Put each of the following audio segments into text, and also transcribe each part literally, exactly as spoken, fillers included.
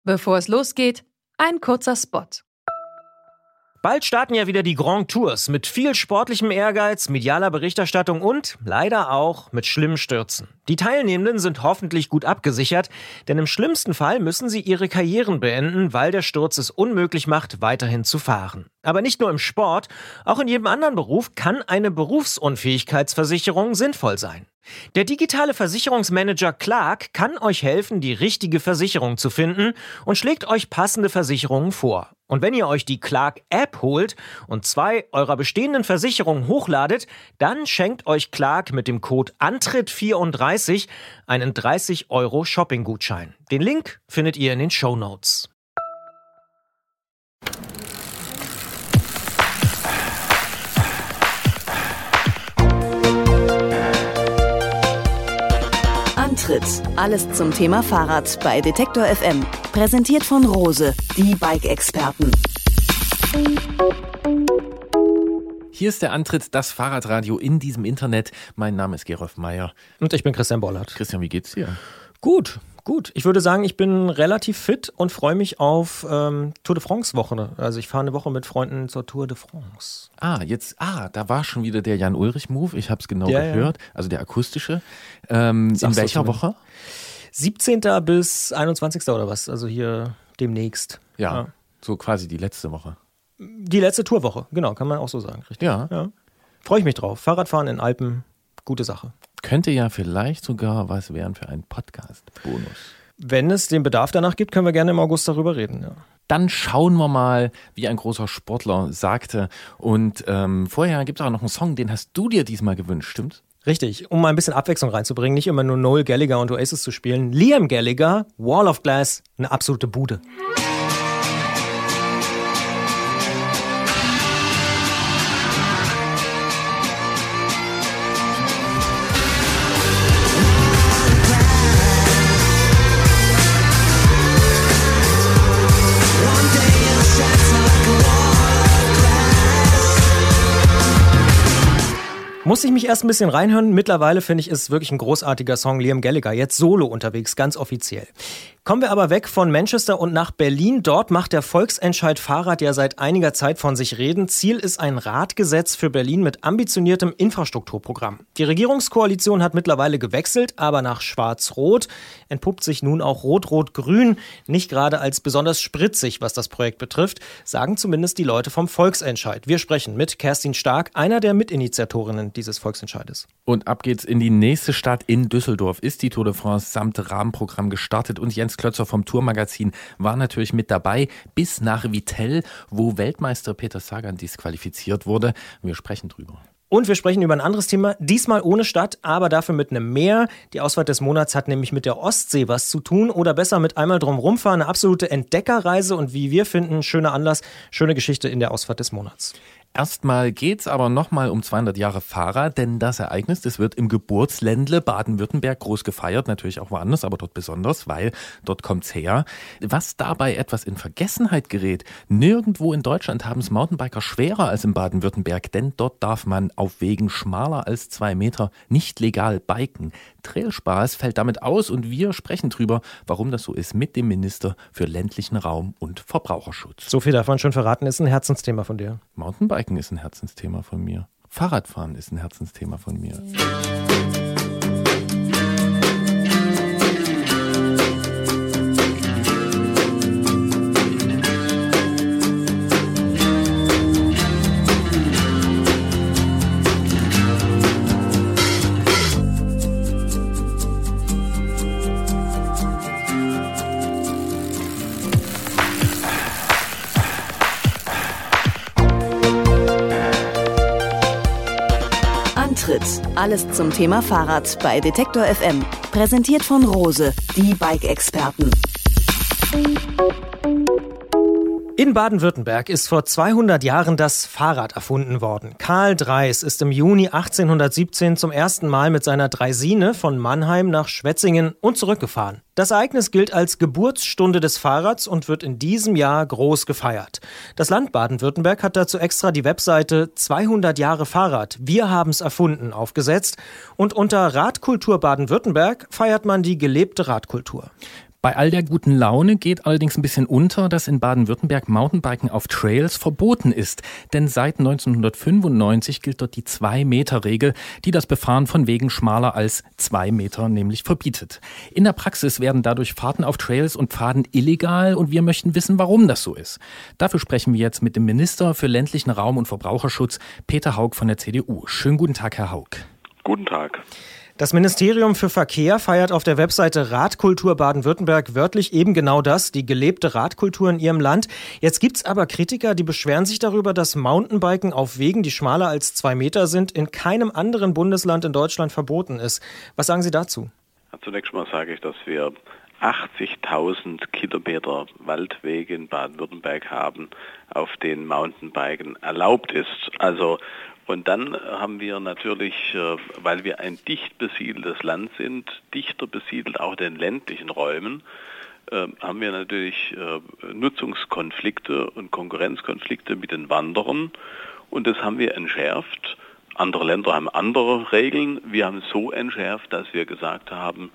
Bevor es losgeht, ein kurzer Spot. Bald starten ja wieder die Grand Tours mit viel sportlichem Ehrgeiz, medialer Berichterstattung und leider auch mit schlimmen Stürzen. Die Teilnehmenden sind hoffentlich gut abgesichert, denn im schlimmsten Fall müssen sie ihre Karrieren beenden, weil der Sturz es unmöglich macht, weiterhin zu fahren. Aber nicht nur im Sport, auch in jedem anderen Beruf kann eine Berufsunfähigkeitsversicherung sinnvoll sein. Der digitale Versicherungsmanager Clark kann euch helfen, die richtige Versicherung zu finden und schlägt euch passende Versicherungen vor. Und wenn ihr euch die Clark-App holt und zwei eurer bestehenden Versicherungen hochladet, dann schenkt euch Clark mit dem Code Antritt vierunddreißig einen dreißig Euro Shopping-Gutschein. Den Link findet ihr in den Shownotes. Antritt. Alles zum Thema Fahrrad bei Detektor F M. Präsentiert von Rose, die Bike-Experten. Hier ist der Antritt, das Fahrradradio in diesem Internet. Mein Name ist Gerolf Meyer. Und ich bin Christian Bollert. Christian, wie geht's dir? Gut, gut. Ich würde sagen, ich bin relativ fit und freue mich auf ähm, Tour de France-Woche. Also ich fahre eine Woche mit Freunden zur Tour de France. Ah, jetzt, ah, da war schon wieder der Jan-Ulrich-Move. Ich habe es genau ja, gehört. Ja. Also der akustische. Ähm, in welcher Woche? siebzehnten bis einundzwanzigsten oder was? Also hier demnächst. Ja, ja, so quasi die letzte Woche. Die letzte Tourwoche, genau, kann man auch so sagen. Richtig. Ja. ja. Freue ich mich drauf. Fahrradfahren in Alpen, gute Sache. Könnte ja vielleicht sogar was werden für einen Podcast-Bonus. Wenn es den Bedarf danach gibt, können wir gerne im August darüber reden, ja. Dann schauen wir mal, wie ein großer Sportler sagte. Und ähm, vorher gibt es auch noch einen Song, den hast du dir diesmal gewünscht, stimmt's? Richtig, um mal ein bisschen Abwechslung reinzubringen, nicht immer nur Noel Gallagher und Oasis zu spielen. Liam Gallagher, Wall of Glass, eine absolute Bude. Muss ich mich erst ein bisschen reinhören. Mittlerweile finde ich, ist wirklich ein großartiger Song. Liam Gallagher, jetzt solo unterwegs, ganz offiziell. Kommen wir aber weg von Manchester und nach Berlin. Dort macht der Volksentscheid Fahrrad ja seit einiger Zeit von sich reden. Ziel ist ein Radgesetz für Berlin mit ambitioniertem Infrastrukturprogramm. Die Regierungskoalition hat mittlerweile gewechselt, aber nach Schwarz-Rot entpuppt sich nun auch Rot-Rot-Grün nicht gerade als besonders spritzig, was das Projekt betrifft, sagen zumindest die Leute vom Volksentscheid. Wir sprechen mit Kerstin Stark, einer der Mitinitiatorinnen dieses Volksentscheides. Und ab geht's in die nächste Stadt. In Düsseldorf ist die Tour de France samt Rahmenprogramm gestartet und Jens Klötzer vom Tourmagazin war natürlich mit dabei, bis nach Vittel, wo Weltmeister Peter Sagan disqualifiziert wurde. Wir sprechen drüber. Und wir sprechen über ein anderes Thema, diesmal ohne Stadt, aber dafür mit einem Meer. Die Ausfahrt des Monats hat nämlich mit der Ostsee was zu tun oder besser mit einmal drum rumfahren. Eine absolute Entdeckerreise und wie wir finden, schöner Anlass, schöne Geschichte in der Ausfahrt des Monats. Erstmal geht's aber nochmal um zweihundert Jahre Fahrrad, denn das Ereignis, das wird im Geburtsländle Baden-Württemberg groß gefeiert, natürlich auch woanders, aber dort besonders, weil dort kommt's her. Was dabei etwas in Vergessenheit gerät, nirgendwo in Deutschland haben es Mountainbiker schwerer als in Baden-Württemberg, denn dort darf man auf Wegen schmaler als zwei Meter nicht legal biken. Trailspaß fällt damit aus und wir sprechen drüber, warum das so ist, mit dem Minister für ländlichen Raum und Verbraucherschutz. So viel darf man schon verraten, ist ein Herzensthema von dir. Mountainbiken ist ein Herzensthema von mir. Fahrradfahren ist ein Herzensthema von mir. Alles zum Thema Fahrrad bei Detektor F M. Präsentiert von Rose, die Bike-Experten. In Baden-Württemberg ist vor zweihundert Jahren das Fahrrad erfunden worden. Karl Dreis ist im Juni achtzehnhundertsiebzehn zum ersten Mal mit seiner Draisine von Mannheim nach Schwetzingen und zurückgefahren. Das Ereignis gilt als Geburtsstunde des Fahrrads und wird in diesem Jahr groß gefeiert. Das Land Baden-Württemberg hat dazu extra die Webseite zweihundert Jahre Fahrrad, wir haben's erfunden, aufgesetzt. Und unter Radkultur Baden-Württemberg feiert man die gelebte Radkultur. Bei all der guten Laune geht allerdings ein bisschen unter, dass in Baden-Württemberg Mountainbiken auf Trails verboten ist. Denn seit neunzehnhundertfünfundneunzig gilt dort die Zwei-Meter-Regel, die das Befahren von Wegen schmaler als zwei Meter nämlich verbietet. In der Praxis werden dadurch Fahrten auf Trails und Pfaden illegal und wir möchten wissen, warum das so ist. Dafür sprechen wir jetzt mit dem Minister für ländlichen Raum und Verbraucherschutz, Peter Haug von der C D U. Schönen guten Tag, Herr Haug. Guten Tag. Das Ministerium für Verkehr feiert auf der Webseite Radkultur Baden-Württemberg wörtlich eben genau das, die gelebte Radkultur in ihrem Land. Jetzt gibt's aber Kritiker, die beschweren sich darüber, dass Mountainbiken auf Wegen, die schmaler als zwei Meter sind, in keinem anderen Bundesland in Deutschland verboten ist. Was sagen Sie dazu? Zunächst mal sage ich, dass wir achtzigtausend Kilometer Waldwege in Baden-Württemberg haben, auf denen Mountainbiken erlaubt ist. Also Und dann haben wir natürlich, weil wir ein dicht besiedeltes Land sind, dichter besiedelt auch in den ländlichen Räumen, haben wir natürlich Nutzungskonflikte und Konkurrenzkonflikte mit den Wanderern. Und das haben wir entschärft. Andere Länder haben andere Regeln. Wir haben es so entschärft, dass wir gesagt haben,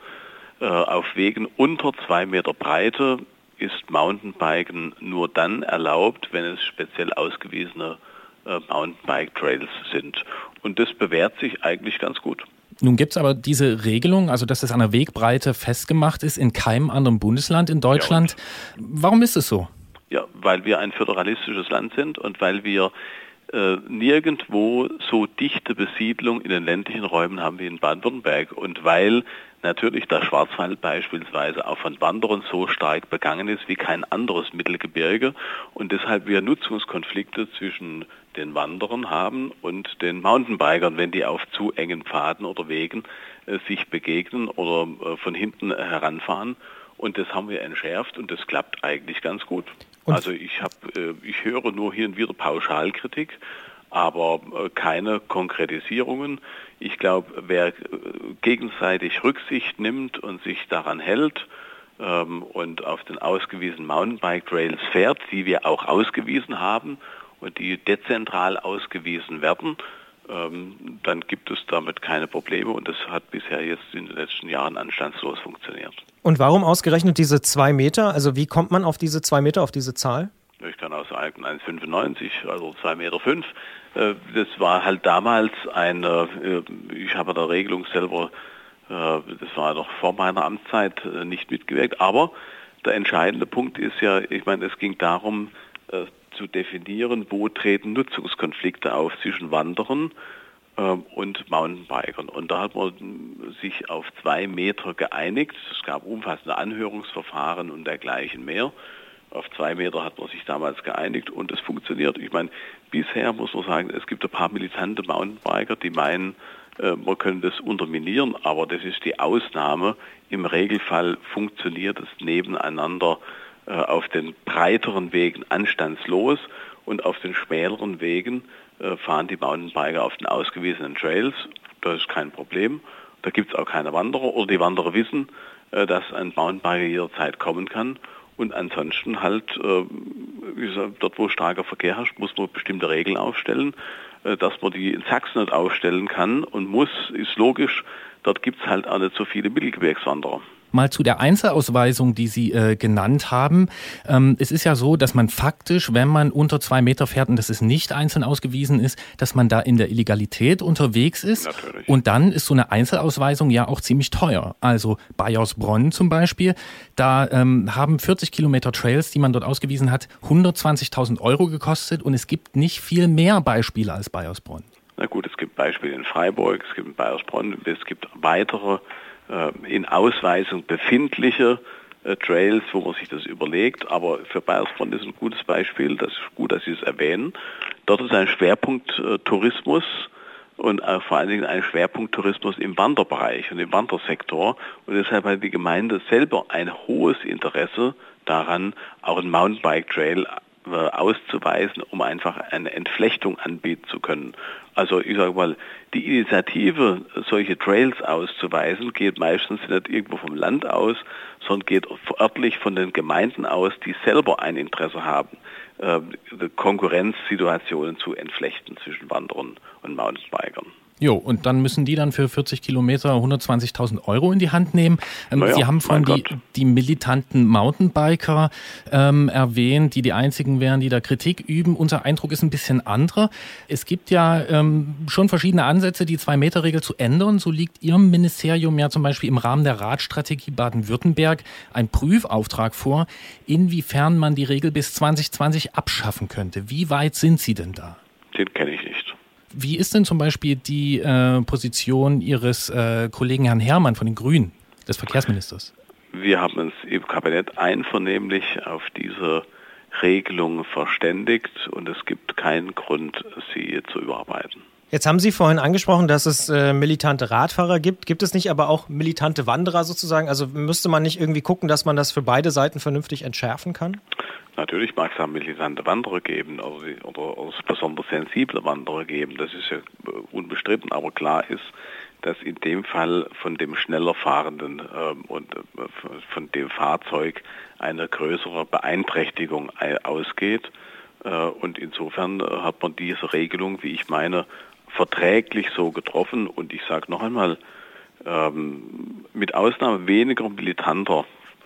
auf Wegen unter zwei Meter Breite ist Mountainbiken nur dann erlaubt, wenn es speziell ausgewiesene Mountainbike-Trails sind. Und das bewährt sich eigentlich ganz gut. Nun gibt es aber diese Regelung, also dass es an der Wegbreite festgemacht ist, in keinem anderen Bundesland in Deutschland. Ja, warum ist es so? Ja, weil wir ein föderalistisches Land sind und weil wir äh, nirgendwo so dichte Besiedlung in den ländlichen Räumen haben wie in Baden-Württemberg. Und weil natürlich der Schwarzwald beispielsweise auch von Wanderern so stark begangen ist wie kein anderes Mittelgebirge und deshalb wir Nutzungskonflikte zwischen den Wanderern haben und den Mountainbikern, wenn die auf zu engen Pfaden oder Wegen äh, sich begegnen oder äh, von hinten heranfahren. Und das haben wir entschärft und das klappt eigentlich ganz gut. Und also ich habe, äh, ich höre nur hier und wieder Pauschalkritik, aber äh, keine Konkretisierungen. Ich glaube, wer äh, gegenseitig Rücksicht nimmt und sich daran hält ähm, und auf den ausgewiesenen Mountainbike-Trails fährt, die wir auch ausgewiesen haben und die dezentral ausgewiesen werden, ähm, dann gibt es damit keine Probleme und das hat bisher jetzt in den letzten Jahren anstandslos funktioniert. Und warum ausgerechnet diese zwei Meter? Also wie kommt man auf diese zwei Meter, auf diese Zahl? Ich kann auch sagen eins Komma fünfundneunzig, also zwei Meter fünf. Das war halt damals eine, ich habe der Regelung selber, das war noch vor meiner Amtszeit, nicht mitgewirkt, aber der entscheidende Punkt ist ja, ich meine, es ging darum, zu definieren, wo treten Nutzungskonflikte auf zwischen Wanderern und Mountainbikern. Und da hat man sich auf zwei Meter geeinigt. Es gab umfassende Anhörungsverfahren und dergleichen mehr. Auf zwei Meter hat man sich damals geeinigt und es funktioniert. Ich meine, bisher muss man sagen, es gibt ein paar militante Mountainbiker, die meinen, man könnte das unterminieren, aber das ist die Ausnahme. Im Regelfall funktioniert es nebeneinander auf den breiteren Wegen anstandslos und auf den schmäleren Wegen fahren die Mountainbiker auf den ausgewiesenen Trails. Das ist kein Problem. Da gibt es auch keine Wanderer oder die Wanderer wissen, dass ein Mountainbiker jederzeit kommen kann. Und ansonsten halt, wie gesagt, dort wo starker Verkehr herrscht, muss man bestimmte Regeln aufstellen. Dass man die in Sachsen nicht aufstellen kann und muss, ist logisch. Dort gibt es halt auch nicht so viele Mittelgebirgswanderer. Mal zu der Einzelausweisung, die Sie äh, genannt haben. Ähm, es ist ja so, dass man faktisch, wenn man unter zwei Meter fährt und das ist nicht einzeln ausgewiesen ist, dass man da in der Illegalität unterwegs ist. Natürlich. Und dann ist so eine Einzelausweisung ja auch ziemlich teuer. Also Baiersbronn zum Beispiel, da ähm, haben vierzig Kilometer Trails, die man dort ausgewiesen hat, hundertzwanzigtausend Euro gekostet und es gibt nicht viel mehr Beispiele als Baiersbronn. Na gut, es gibt Beispiele in Freiburg, es gibt in Baiersbronn, es gibt weitere in Ausweisung befindliche äh, Trails, wo man sich das überlegt. Aber für Baiersbronn ist ein gutes Beispiel, das ist gut, dass Sie es erwähnen. Dort ist ein Schwerpunkt äh, Tourismus und äh, vor allen Dingen ein Schwerpunkt Tourismus im Wanderbereich und im Wandersektor. Und deshalb hat die Gemeinde selber ein hohes Interesse daran, auch einen Mountainbike-Trail äh, auszuweisen, um einfach eine Entflechtung anbieten zu können. Also ich sage mal, die Initiative, solche Trails auszuweisen, geht meistens nicht irgendwo vom Land aus, sondern geht örtlich von den Gemeinden aus, die selber ein Interesse haben, äh, Konkurrenzsituationen zu entflechten zwischen Wanderern und Mountainbikern. Jo, und dann müssen die dann für vierzig Kilometer hundertzwanzigtausend Euro in die Hand nehmen. Ähm, naja, Sie haben vorhin die, die militanten Mountainbiker ähm, erwähnt, die die einzigen wären, die da Kritik üben. Unser Eindruck ist ein bisschen anderer. Es gibt ja ähm, schon verschiedene Ansätze, die Zwei-Meter-Regel zu ändern. So liegt Ihrem Ministerium ja zum Beispiel im Rahmen der Radstrategie Baden-Württemberg ein Prüfauftrag vor, inwiefern man die Regel bis zwanzig zwanzig abschaffen könnte. Wie weit sind Sie denn da? Den kenne ich nicht. Wie ist denn zum Beispiel die äh, Position Ihres äh, Kollegen Herrn Herrmann von den Grünen, des Verkehrsministers? Wir haben uns im Kabinett einvernehmlich auf diese Regelung verständigt und es gibt keinen Grund, sie zu überarbeiten. Jetzt haben Sie vorhin angesprochen, dass es äh, militante Radfahrer gibt. Gibt es nicht aber auch militante Wanderer sozusagen? Also müsste man nicht irgendwie gucken, dass man das für beide Seiten vernünftig entschärfen kann? Natürlich mag es auch militante Wanderer geben oder, oder, oder besonders sensible Wanderer geben, das ist ja unbestritten, aber klar ist, dass in dem Fall von dem schneller fahrenden äh, und äh, von dem Fahrzeug eine größere Beeinträchtigung ausgeht äh, und insofern äh, hat man diese Regelung, wie ich meine, verträglich so getroffen und ich sage noch einmal, ähm, mit Ausnahme weniger militanter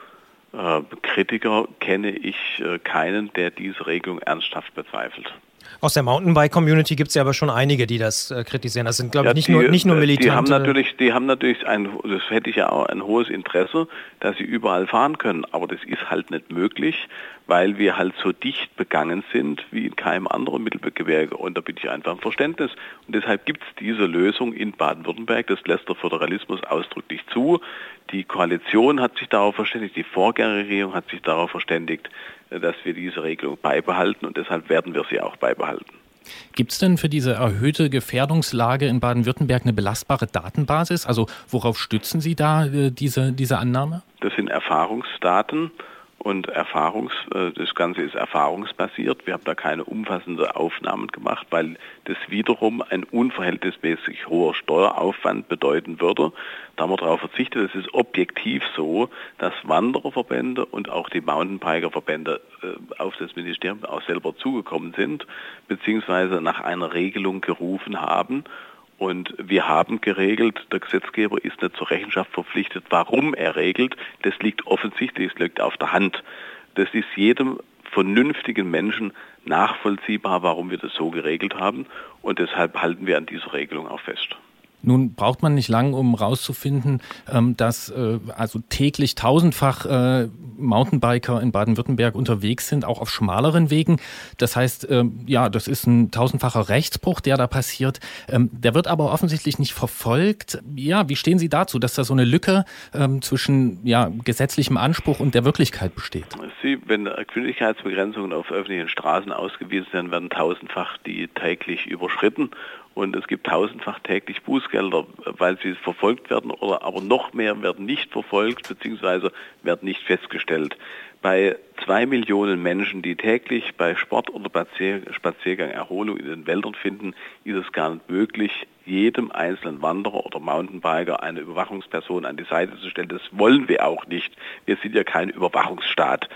Äh, Kritiker kenne ich äh, keinen, der diese Regelung ernsthaft bezweifelt. Aus der Mountainbike-Community gibt es ja aber schon einige, die das äh, kritisieren. Das sind, glaube ich, ja, nicht, die, nur, nicht nur Militante. Die haben natürlich, die haben natürlich ein, das hätte ich ja auch, ein hohes Interesse, dass sie überall fahren können. Aber das ist halt nicht möglich, weil wir halt so dicht begangen sind wie in keinem anderen Mittelgebirge. Und da bitte ich einfach ein Verständnis. Und deshalb gibt es diese Lösung in Baden-Württemberg. Das lässt der Föderalismus ausdrücklich zu. Die Koalition hat sich darauf verständigt, die Vorgängerregierung hat sich darauf verständigt, dass wir diese Regelung beibehalten und deshalb werden wir sie auch beibehalten. Gibt es denn für diese erhöhte Gefährdungslage in Baden-Württemberg eine belastbare Datenbasis? Also worauf stützen Sie da äh, diese, diese Annahme? Das sind Erfahrungsdaten und Erfahrungs, äh, das Ganze ist erfahrungsbasiert. Wir haben da keine umfassenden Aufnahmen gemacht, weil das wiederum ein unverhältnismäßig hoher Steueraufwand bedeuten würde. Da haben wir darauf verzichtet. Es ist objektiv so, dass Wandererverbände und auch die Mountainbikerverbände äh, auf das Ministerium auch selber zugekommen sind, beziehungsweise nach einer Regelung gerufen haben. Und wir haben geregelt, der Gesetzgeber ist nicht zur Rechenschaft verpflichtet, warum er regelt. Das liegt offensichtlich, es liegt auf der Hand. Das ist jedem vernünftigen Menschen nachvollziehbar, warum wir das so geregelt haben. Und deshalb halten wir an dieser Regelung auch fest. Nun braucht man nicht lang, um rauszufinden, dass also täglich tausendfach Mountainbiker in Baden-Württemberg unterwegs sind, auch auf schmaleren Wegen. Das heißt, ja, das ist ein tausendfacher Rechtsbruch, der da passiert. Der wird aber offensichtlich nicht verfolgt. Ja, wie stehen Sie dazu, dass da so eine Lücke zwischen ja, gesetzlichem Anspruch und der Wirklichkeit besteht? Sie, wenn Geschwindigkeitsbegrenzungen auf öffentlichen Straßen ausgewiesen werden, werden tausendfach die täglich überschritten. Und es gibt tausendfach täglich Bußgelder, weil sie verfolgt werden, oder aber noch mehr werden nicht verfolgt bzw. werden nicht festgestellt. Bei zwei Millionen Menschen, die täglich bei Sport oder Spaziergang Erholung in den Wäldern finden, ist es gar nicht möglich, jedem einzelnen Wanderer oder Mountainbiker eine Überwachungsperson an die Seite zu stellen. Das wollen wir auch nicht. Wir sind ja kein Überwachungsstaat.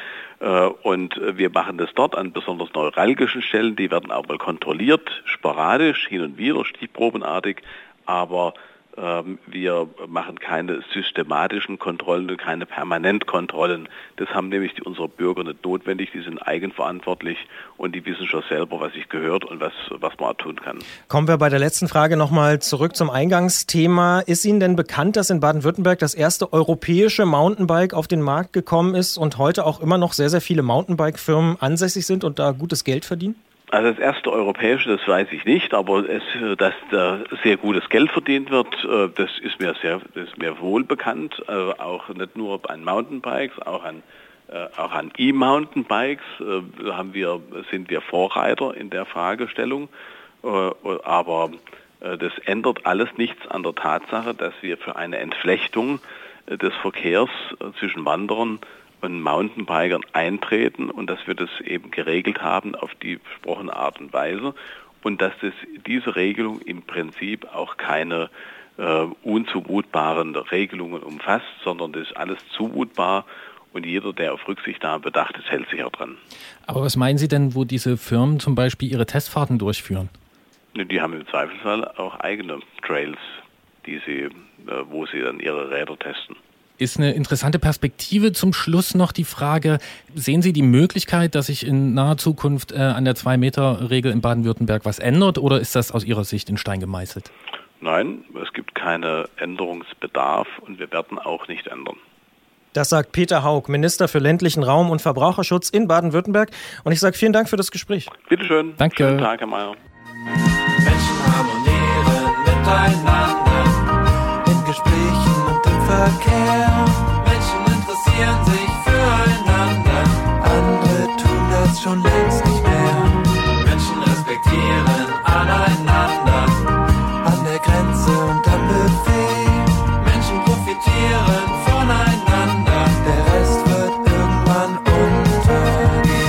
Und wir machen das dort an besonders neuralgischen Stellen. Die werden auch mal kontrolliert, sporadisch, hin und wieder, stichprobenartig. Aber wir machen keine systematischen Kontrollen und keine Permanentkontrollen. Das haben nämlich die, unsere Bürger nicht notwendig. Die sind eigenverantwortlich und die wissen schon selber, was sich gehört und was, was man tun kann. Kommen wir bei der letzten Frage nochmal zurück zum Eingangsthema. Ist Ihnen denn bekannt, dass in Baden-Württemberg das erste europäische Mountainbike auf den Markt gekommen ist und heute auch immer noch sehr, sehr viele Mountainbike-Firmen ansässig sind und da gutes Geld verdienen? Also das erste europäische, das weiß ich nicht, aber es, dass da sehr gutes Geld verdient wird, das ist mir sehr, das ist mir wohl bekannt, auch nicht nur an Mountainbikes, auch an auch an E-Mountainbikes haben wir, sind wir Vorreiter in der Fragestellung, aber das ändert alles nichts an der Tatsache, dass wir für eine Entflechtung des Verkehrs zwischen Wanderern und Mountainbikern eintreten und dass wir das eben geregelt haben auf die besprochene Art und Weise und dass das, diese Regelung im Prinzip auch keine äh, unzumutbaren Regelungen umfasst, sondern das ist alles zumutbar und jeder, der auf Rücksichtnahme bedacht ist, hält sich auch dran. Aber was meinen Sie denn, wo diese Firmen zum Beispiel ihre Testfahrten durchführen? Die haben im Zweifelsfall auch eigene Trails, die sie, wo sie dann ihre Räder testen. Ist eine interessante Perspektive. Zum Schluss noch die Frage, sehen Sie die Möglichkeit, dass sich in naher Zukunft äh, an der zwei-Meter-Regel in Baden-Württemberg was ändert, oder ist das aus Ihrer Sicht in Stein gemeißelt? Nein, es gibt keinen Änderungsbedarf und wir werden auch nicht ändern. Das sagt Peter Haug, Minister für ländlichen Raum und Verbraucherschutz in Baden-Württemberg. Und ich sage vielen Dank für das Gespräch. Bitte schön. Danke. Schönen Tag, Herr Mayer. Menschen harmonieren miteinander in Gesprächen und im Verkehr. Menschen interessieren sich füreinander, andere tun das schon längst nicht mehr. Menschen respektieren aneinander an der Grenze und am Buffet. Menschen profitieren voneinander, der Rest wird irgendwann untergehen.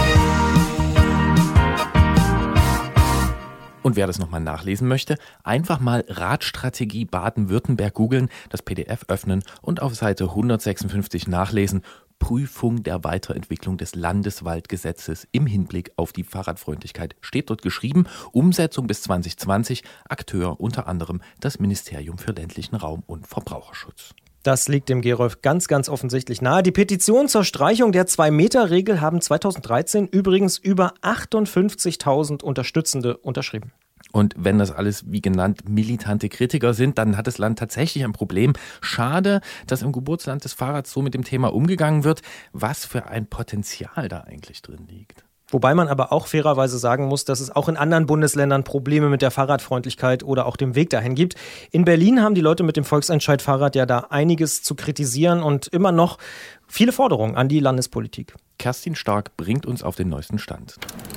Und wer das nochmal nachlesen möchte, einfach mal Radstrategie Baden-Württemberg googeln, das P D F öffnen und auf Seite hundertsechsundfünfzig nachlesen. Prüfung der Weiterentwicklung des Landeswaldgesetzes im Hinblick auf die Fahrradfreundlichkeit steht dort geschrieben. Umsetzung bis zwanzig zwanzig, Akteur unter anderem das Ministerium für ländlichen Raum und Verbraucherschutz. Das liegt dem Gerolf ganz, ganz offensichtlich nahe. Die Petition zur Streichung der zwei-Meter-Regel haben zweitausenddreizehn übrigens über achtundfünfzigtausend Unterstützende unterschrieben. Und wenn das alles, wie genannt, militante Kritiker sind, dann hat das Land tatsächlich ein Problem. Schade, dass im Geburtsland des Fahrrads so mit dem Thema umgegangen wird. Was für ein Potenzial da eigentlich drin liegt. Wobei man aber auch fairerweise sagen muss, dass es auch in anderen Bundesländern Probleme mit der Fahrradfreundlichkeit oder auch dem Weg dahin gibt. In Berlin haben die Leute mit dem Volksentscheid Fahrrad ja da einiges zu kritisieren und immer noch viele Forderungen an die Landespolitik. Kerstin Stark bringt uns auf den neuesten Stand.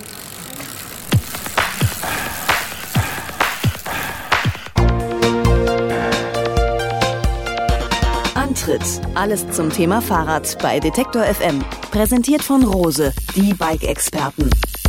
Antritt. Alles zum Thema Fahrrad bei Detektor F M. Präsentiert von Rose, die Bike-Experten.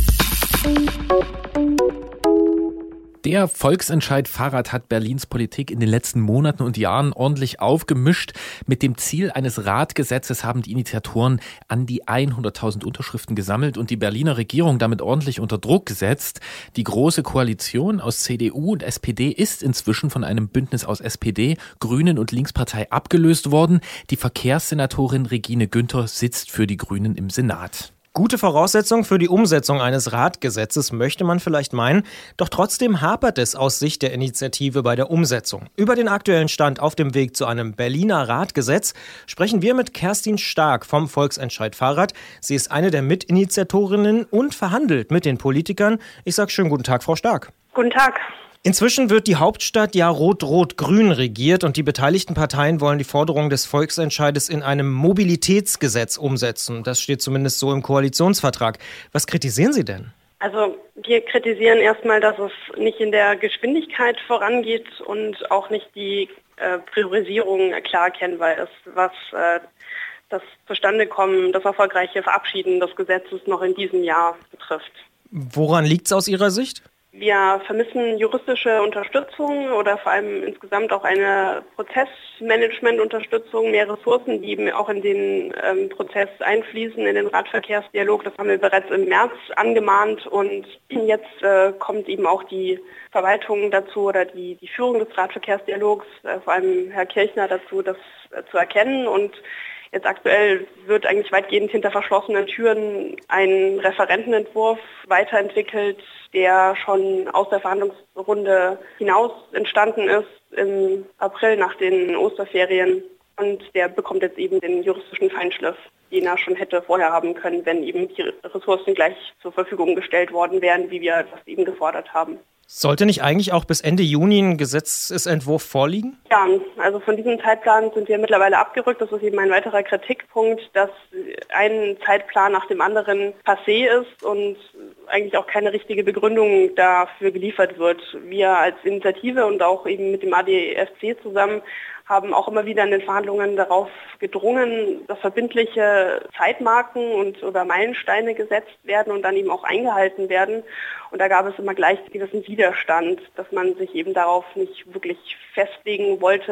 Der Volksentscheid Fahrrad hat Berlins Politik in den letzten Monaten und Jahren ordentlich aufgemischt. Mit dem Ziel eines Radgesetzes haben die Initiatoren an die hunderttausend Unterschriften gesammelt und die Berliner Regierung damit ordentlich unter Druck gesetzt. Die Große Koalition aus C D U und S P D ist inzwischen von einem Bündnis aus S P D, Grünen und Linkspartei abgelöst worden. Die Verkehrssenatorin Regine Günther sitzt für die Grünen im Senat. Gute Voraussetzung für die Umsetzung eines Radgesetzes, möchte man vielleicht meinen. Doch trotzdem hapert es aus Sicht der Initiative bei der Umsetzung. Über den aktuellen Stand auf dem Weg zu einem Berliner Radgesetz sprechen wir mit Kerstin Stark vom Volksentscheid Fahrrad. Sie ist eine der Mitinitiatorinnen und verhandelt mit den Politikern. Ich sage schönen guten Tag, Frau Stark. Guten Tag. Inzwischen wird die Hauptstadt ja rot-rot-grün regiert und die beteiligten Parteien wollen die Forderungen des Volksentscheides in einem Mobilitätsgesetz umsetzen. Das steht zumindest so im Koalitionsvertrag. Was kritisieren Sie denn? Also wir kritisieren erstmal, dass es nicht in der Geschwindigkeit vorangeht und auch nicht die äh, Priorisierung klar erkennbar ist, was äh, das Zustandekommen, das erfolgreiche Verabschieden des Gesetzes noch in diesem Jahr betrifft. Woran liegt es aus Ihrer Sicht? Wir vermissen juristische Unterstützung oder vor allem insgesamt auch eine Prozessmanagement-Unterstützung, mehr Ressourcen, die eben auch in den ähm, Prozess einfließen, in den Radverkehrsdialog. Das haben wir bereits im März angemahnt und jetzt äh, kommt eben auch die Verwaltung dazu oder die, die Führung des Radverkehrsdialogs, äh, vor allem Herr Kirchner dazu, das äh, zu erkennen. Und jetzt aktuell wird eigentlich weitgehend hinter verschlossenen Türen ein Referentenentwurf weiterentwickelt, der schon aus der Verhandlungsrunde hinaus entstanden ist im April nach den Osterferien. Und der bekommt jetzt eben den juristischen Feinschliff, den er schon hätte vorher haben können, wenn eben die Ressourcen gleich zur Verfügung gestellt worden wären, wie wir das eben gefordert haben. Sollte nicht eigentlich auch bis Ende Juni ein Gesetzesentwurf vorliegen? Ja, also von diesem Zeitplan sind wir mittlerweile abgerückt. Das ist eben ein weiterer Kritikpunkt, dass ein Zeitplan nach dem anderen passé ist und eigentlich auch keine richtige Begründung dafür geliefert wird. Wir als Initiative und auch eben mit dem A D F C zusammen haben auch immer wieder in den Verhandlungen darauf gedrungen, dass verbindliche Zeitmarken und oder Meilensteine gesetzt werden und dann eben auch eingehalten werden. Und da gab es immer gleich gewissen Widerstand, dass man sich eben darauf nicht wirklich festlegen wollte,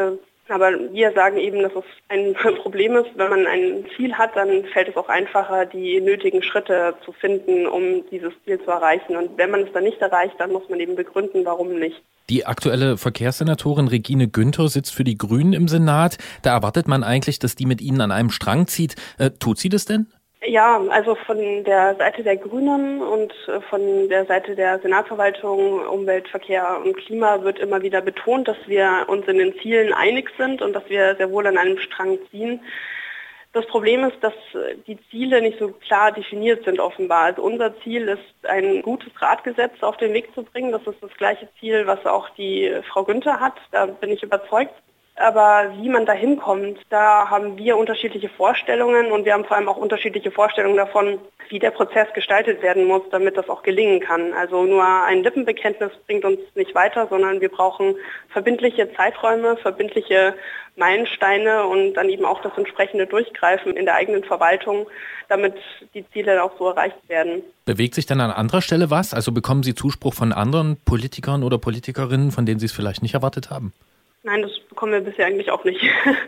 Aber wir sagen eben, dass es ein Problem ist, wenn man ein Ziel hat, dann fällt es auch einfacher, die nötigen Schritte zu finden, um dieses Ziel zu erreichen. Und wenn man es dann nicht erreicht, dann muss man eben begründen, warum nicht. Die aktuelle Verkehrssenatorin Regine Günther sitzt für die Grünen im Senat. Da erwartet man eigentlich, dass die mit Ihnen an einem Strang zieht. Äh, tut sie das denn? Ja, also von der Seite der Grünen und von der Seite der Senatsverwaltung Umwelt, Verkehr und Klima wird immer wieder betont, dass wir uns in den Zielen einig sind und dass wir sehr wohl an einem Strang ziehen. Das Problem ist, dass die Ziele nicht so klar definiert sind offenbar. Also unser Ziel ist, ein gutes Radgesetz auf den Weg zu bringen. Das ist das gleiche Ziel, was auch die Frau Günther hat. Da bin ich überzeugt. Aber wie man da hinkommt, da haben wir unterschiedliche Vorstellungen und wir haben vor allem auch unterschiedliche Vorstellungen davon, wie der Prozess gestaltet werden muss, damit das auch gelingen kann. Also nur ein Lippenbekenntnis bringt uns nicht weiter, sondern wir brauchen verbindliche Zeiträume, verbindliche Meilensteine und dann eben auch das entsprechende Durchgreifen in der eigenen Verwaltung, damit die Ziele auch so erreicht werden. Bewegt sich dann an anderer Stelle was? Also bekommen Sie Zuspruch von anderen Politikern oder Politikerinnen, von denen Sie es vielleicht nicht erwartet haben? Nein, das bekommen wir bisher eigentlich auch nicht.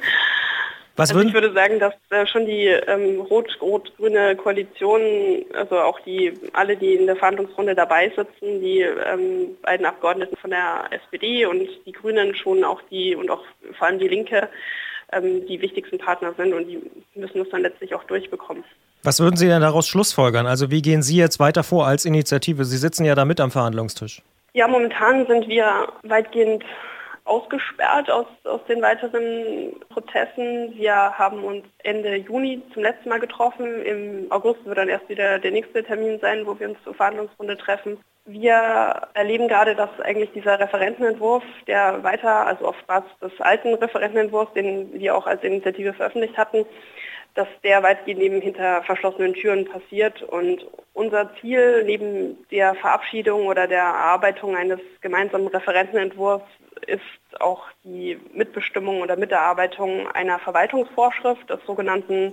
Was also ich würde sagen, dass äh, schon die ähm, rot-rot-grüne Koalition, also auch die alle, die in der Verhandlungsrunde dabei sitzen, die ähm, beiden Abgeordneten von der S P D und die Grünen schon auch die und auch vor allem die Linke ähm, die wichtigsten Partner sind und die müssen das dann letztlich auch durchbekommen. Was würden Sie denn daraus schlussfolgern? Also wie gehen Sie jetzt weiter vor als Initiative? Sie sitzen ja da mit am Verhandlungstisch. Ja, momentan sind wir weitgehend ausgesperrt aus, aus den weiteren Prozessen. Wir haben uns Ende Juni zum letzten Mal getroffen. Im August wird dann erst wieder der nächste Termin sein, wo wir uns zur Verhandlungsrunde treffen. Wir erleben gerade, dass eigentlich dieser Referentenentwurf, der weiter, also auf Basis des alten Referentenentwurfs, den wir auch als Initiative veröffentlicht hatten, dass der weitgehend eben hinter verschlossenen Türen passiert. Und unser Ziel neben der Verabschiedung oder der Erarbeitung eines gemeinsamen Referentenentwurfs ist auch die Mitbestimmung oder Miterarbeitung einer Verwaltungsvorschrift, des sogenannten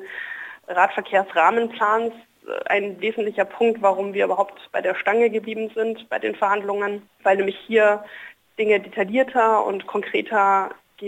Radverkehrsrahmenplans. Ein wesentlicher Punkt, warum wir überhaupt bei der Stange geblieben sind bei den Verhandlungen, weil nämlich hier Dinge detaillierter und konkreter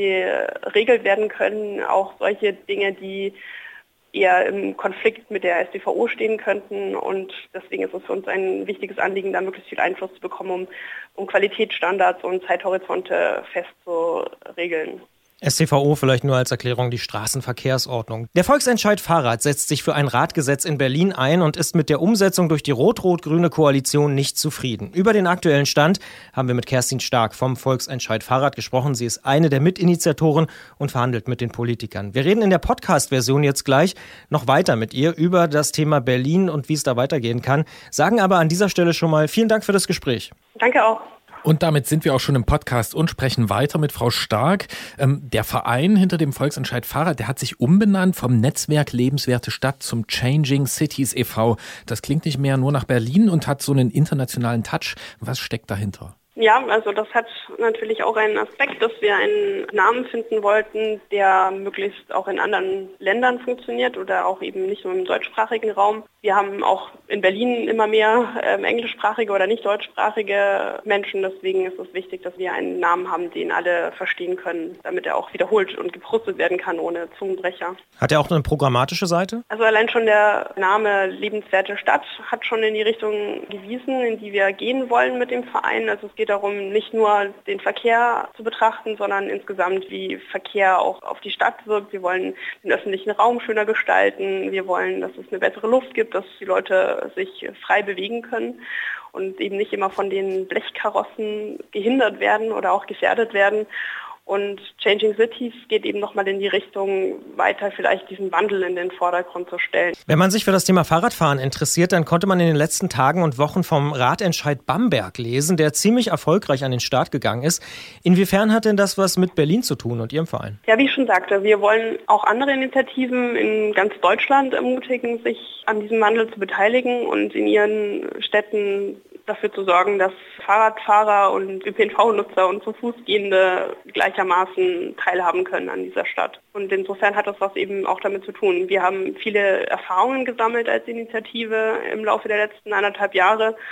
geregelt werden können, auch solche Dinge, die eher im Konflikt mit der S d V O stehen könnten und deswegen ist es für uns ein wichtiges Anliegen, da möglichst viel Einfluss zu bekommen, um, um Qualitätsstandards und Zeithorizonte festzuregeln. S t V O vielleicht nur als Erklärung die Straßenverkehrsordnung. Der Volksentscheid Fahrrad setzt sich für ein Radgesetz in Berlin ein und ist mit der Umsetzung durch die rot-rot-grüne Koalition nicht zufrieden. Über den aktuellen Stand haben wir mit Kerstin Stark vom Volksentscheid Fahrrad gesprochen. Sie ist eine der Mitinitiatoren und verhandelt mit den Politikern. Wir reden in der Podcast-Version jetzt gleich noch weiter mit ihr über das Thema Berlin und wie es da weitergehen kann. Sagen aber an dieser Stelle schon mal vielen Dank für das Gespräch. Danke auch. Und damit sind wir auch schon im Podcast und sprechen weiter mit Frau Stark. Ähm, der Verein hinter dem Volksentscheid Fahrrad, der hat sich umbenannt vom Netzwerk Lebenswerte Stadt zum Changing Cities e V Das klingt nicht mehr nur nach Berlin und hat so einen internationalen Touch. Was steckt dahinter? Ja, also das hat natürlich auch einen Aspekt, dass wir einen Namen finden wollten, der möglichst auch in anderen Ländern funktioniert oder auch eben nicht nur im deutschsprachigen Raum. Wir haben auch in Berlin immer mehr ähm, englischsprachige oder nicht deutschsprachige Menschen. Deswegen ist es wichtig, dass wir einen Namen haben, den alle verstehen können, damit er auch wiederholt und geprustet werden kann ohne Zungenbrecher. Hat er auch eine programmatische Seite? Also allein schon der Name Lebenswerte Stadt hat schon in die Richtung gewiesen, in die wir gehen wollen mit dem Verein. Also es geht darum, nicht nur den Verkehr zu betrachten, sondern insgesamt, wie Verkehr auch auf die Stadt wirkt. Wir wollen den öffentlichen Raum schöner gestalten. Wir wollen, dass es eine bessere Luft gibt, dass die Leute sich frei bewegen können und eben nicht immer von den Blechkarossen gehindert werden oder auch gefährdet werden. Und Changing Cities geht eben nochmal in die Richtung, weiter vielleicht diesen Wandel in den Vordergrund zu stellen. Wenn man sich für das Thema Fahrradfahren interessiert, dann konnte man in den letzten Tagen und Wochen vom Radentscheid Bamberg lesen, der ziemlich erfolgreich an den Start gegangen ist. Inwiefern hat denn das was mit Berlin zu tun und Ihrem Verein? Ja, wie ich schon sagte, wir wollen auch andere Initiativen in ganz Deutschland ermutigen, sich an diesem Wandel zu beteiligen und in ihren Städten dafür zu sorgen, dass Fahrradfahrer und Ö P N V-Nutzer und zu Fuß Gehende gleichermaßen teilhaben können an dieser Stadt. Und insofern hat das was eben auch damit zu tun. Wir haben viele Erfahrungen gesammelt als Initiative im Laufe der letzten anderthalb Jahre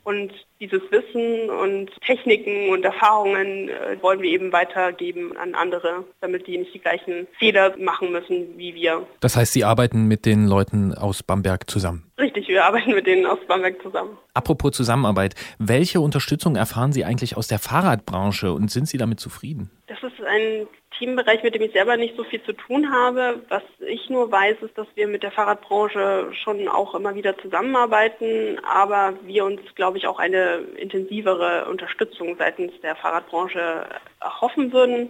Und dieses Wissen und Techniken und Erfahrungen äh, wollen wir eben weitergeben an andere, damit die nicht die gleichen Fehler machen müssen wie wir. Das heißt, Sie arbeiten mit den Leuten aus Bamberg zusammen? Richtig, wir arbeiten mit denen aus Bamberg zusammen. Apropos Zusammenarbeit, welche Unterstützung erfahren Sie eigentlich aus der Fahrradbranche und sind Sie damit zufrieden? Das ist ein Themenbereich, mit dem ich selber nicht so viel zu tun habe. Was ich nur weiß, ist, dass wir mit der Fahrradbranche schon auch immer wieder zusammenarbeiten, aber wir uns, glaube ich, auch eine intensivere Unterstützung seitens der Fahrradbranche erhoffen würden.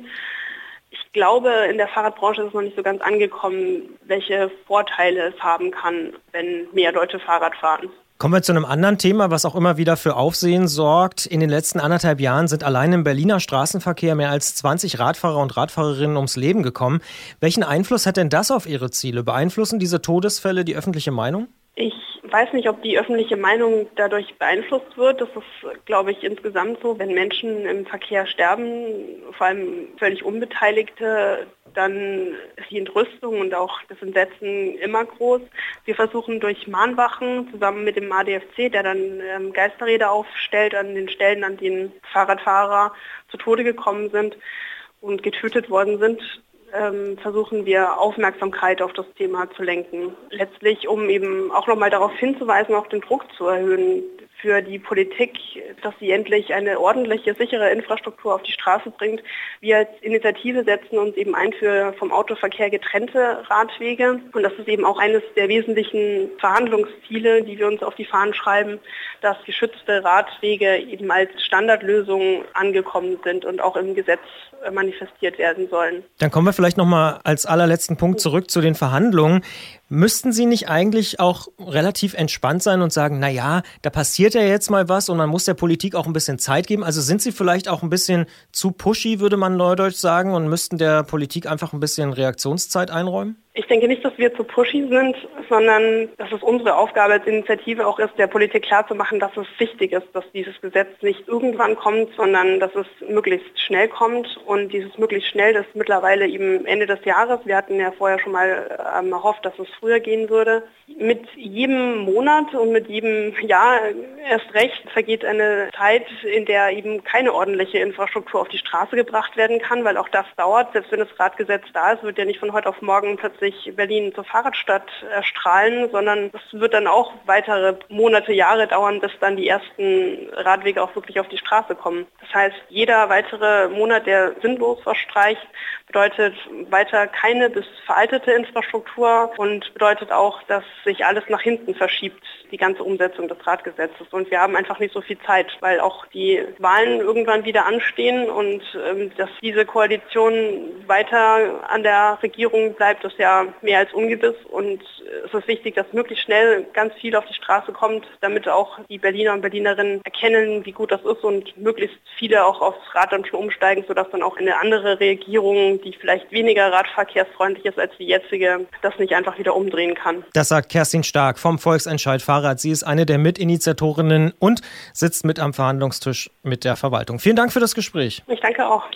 Ich glaube, in der Fahrradbranche ist es noch nicht so ganz angekommen, welche Vorteile es haben kann, wenn mehr Leute Fahrrad fahren. Kommen wir zu einem anderen Thema, was auch immer wieder für Aufsehen sorgt. In den letzten anderthalb Jahren sind allein im Berliner Straßenverkehr mehr als zwanzig Radfahrer und Radfahrerinnen ums Leben gekommen. Welchen Einfluss hat denn das auf Ihre Ziele? Beeinflussen diese Todesfälle die öffentliche Meinung? Ich weiß nicht, ob die öffentliche Meinung dadurch beeinflusst wird. Das ist, glaube ich, insgesamt so. Wenn Menschen im Verkehr sterben, vor allem völlig Unbeteiligte, dann ist die Entrüstung und auch das Entsetzen immer groß. Wir versuchen durch Mahnwachen zusammen mit dem A D F C, der dann ähm, Geisterräder aufstellt an den Stellen, an denen Fahrradfahrer zu Tode gekommen sind und getötet worden sind, ähm, versuchen wir Aufmerksamkeit auf das Thema zu lenken. Letztlich, um eben auch nochmal darauf hinzuweisen, auch den Druck zu erhöhen für die Politik, dass sie endlich eine ordentliche, sichere Infrastruktur auf die Straße bringt. Wir als Initiative setzen uns eben ein für vom Autoverkehr getrennte Radwege. Und das ist eben auch eines der wesentlichen Verhandlungsziele, die wir uns auf die Fahnen schreiben, dass geschützte Radwege eben als Standardlösung angekommen sind und auch im Gesetz manifestiert werden sollen. Dann kommen wir vielleicht noch mal als allerletzten Punkt zurück zu den Verhandlungen. Müssten Sie nicht eigentlich auch relativ entspannt sein und sagen, na ja, da passiert ja jetzt mal was und man muss der Politik auch ein bisschen Zeit geben? Also sind Sie vielleicht auch ein bisschen zu pushy, würde man neudeutsch sagen, und müssten der Politik einfach ein bisschen Reaktionszeit einräumen? Ich denke nicht, dass wir zu pushy sind, sondern dass es unsere Aufgabe als Initiative auch ist, der Politik klarzumachen, dass es wichtig ist, dass dieses Gesetz nicht irgendwann kommt, sondern dass es möglichst schnell kommt. Und dieses möglichst schnell ist mittlerweile eben Ende des Jahres. Wir hatten ja vorher schon mal ähm, erhofft, dass es früher gehen würde. Mit jedem Monat und mit jedem Jahr erst recht vergeht eine Zeit, in der eben keine ordentliche Infrastruktur auf die Straße gebracht werden kann, weil auch das dauert. Selbst wenn das Radgesetz da ist, wird ja nicht von heute auf morgen plötzlich Berlin zur Fahrradstadt erstrahlen, sondern es wird dann auch weitere Monate, Jahre dauern, bis dann die ersten Radwege auch wirklich auf die Straße kommen. Das heißt, jeder weitere Monat, der sinnlos verstreicht, bedeutet weiter keine bis veraltete Infrastruktur und bedeutet auch, dass sich alles nach hinten verschiebt, die ganze Umsetzung des Radgesetzes. Und wir haben einfach nicht so viel Zeit, weil auch die Wahlen irgendwann wieder anstehen und ähm, dass diese Koalition weiter an der Regierung bleibt, ist ja mehr als ungewiss. Und es ist wichtig, dass möglichst schnell ganz viel auf die Straße kommt, damit auch die Berliner und Berlinerinnen erkennen, wie gut das ist und möglichst viele auch aufs Rad dann schon umsteigen, sodass dann auch eine andere Regierung, die vielleicht weniger radverkehrsfreundlich ist als die jetzige, das nicht einfach wieder umdrehen kann. Das sagt Kerstin Stark vom Volksentscheid Fahrrad. Sie ist eine der Mitinitiatorinnen und sitzt mit am Verhandlungstisch mit der Verwaltung. Vielen Dank für das Gespräch. Ich danke auch.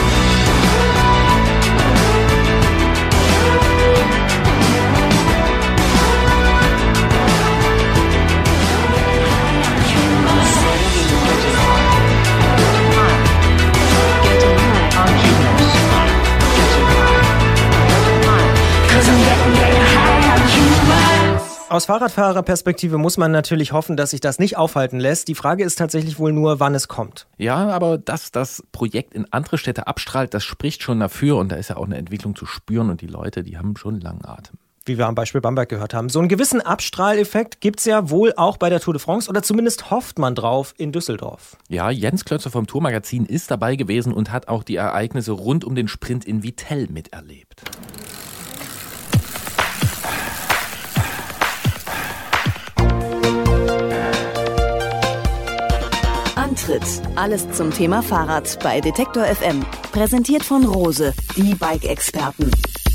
Aus Fahrradfahrerperspektive muss man natürlich hoffen, dass sich das nicht aufhalten lässt. Die Frage ist tatsächlich wohl nur, wann es kommt. Ja, aber dass das Projekt in andere Städte abstrahlt, das spricht schon dafür. Und da ist ja auch eine Entwicklung zu spüren. Und die Leute, die haben schon langen Atem. Wie wir am Beispiel Bamberg gehört haben. So einen gewissen Abstrahleffekt gibt es ja wohl auch bei der Tour de France. Oder zumindest hofft man drauf in Düsseldorf. Ja, Jens Klötzer vom Tourmagazin ist dabei gewesen und hat auch die Ereignisse rund um den Sprint in Vittel miterlebt. Antritt. Alles zum Thema Fahrrad bei Detektor F M. Präsentiert von Rose, die Bike-Experten.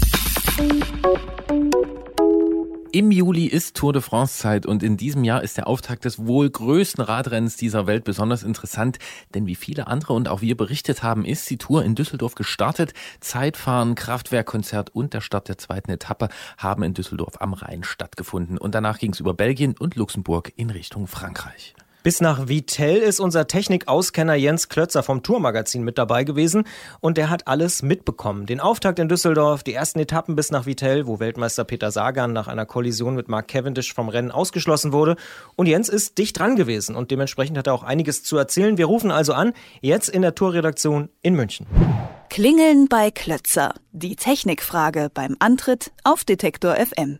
Im Juli ist Tour de France Zeit und in diesem Jahr ist der Auftakt des wohl größten Radrennens dieser Welt besonders interessant, denn wie viele andere und auch wir berichtet haben, ist die Tour in Düsseldorf gestartet. Zeitfahren, Kraftwerkkonzert und der Start der zweiten Etappe haben in Düsseldorf am Rhein stattgefunden und danach ging es über Belgien und Luxemburg in Richtung Frankreich. Bis nach Vittel ist unser Technikauskenner Jens Klötzer vom Tourmagazin mit dabei gewesen und der hat alles mitbekommen. Den Auftakt in Düsseldorf, die ersten Etappen bis nach Vittel, wo Weltmeister Peter Sagan nach einer Kollision mit Mark Cavendish vom Rennen ausgeschlossen wurde. Und Jens ist dicht dran gewesen und dementsprechend hat er auch einiges zu erzählen. Wir rufen also an, jetzt in der Tourredaktion in München. Klingeln bei Klötzer. Die Technikfrage beim Antritt auf Detektor F M.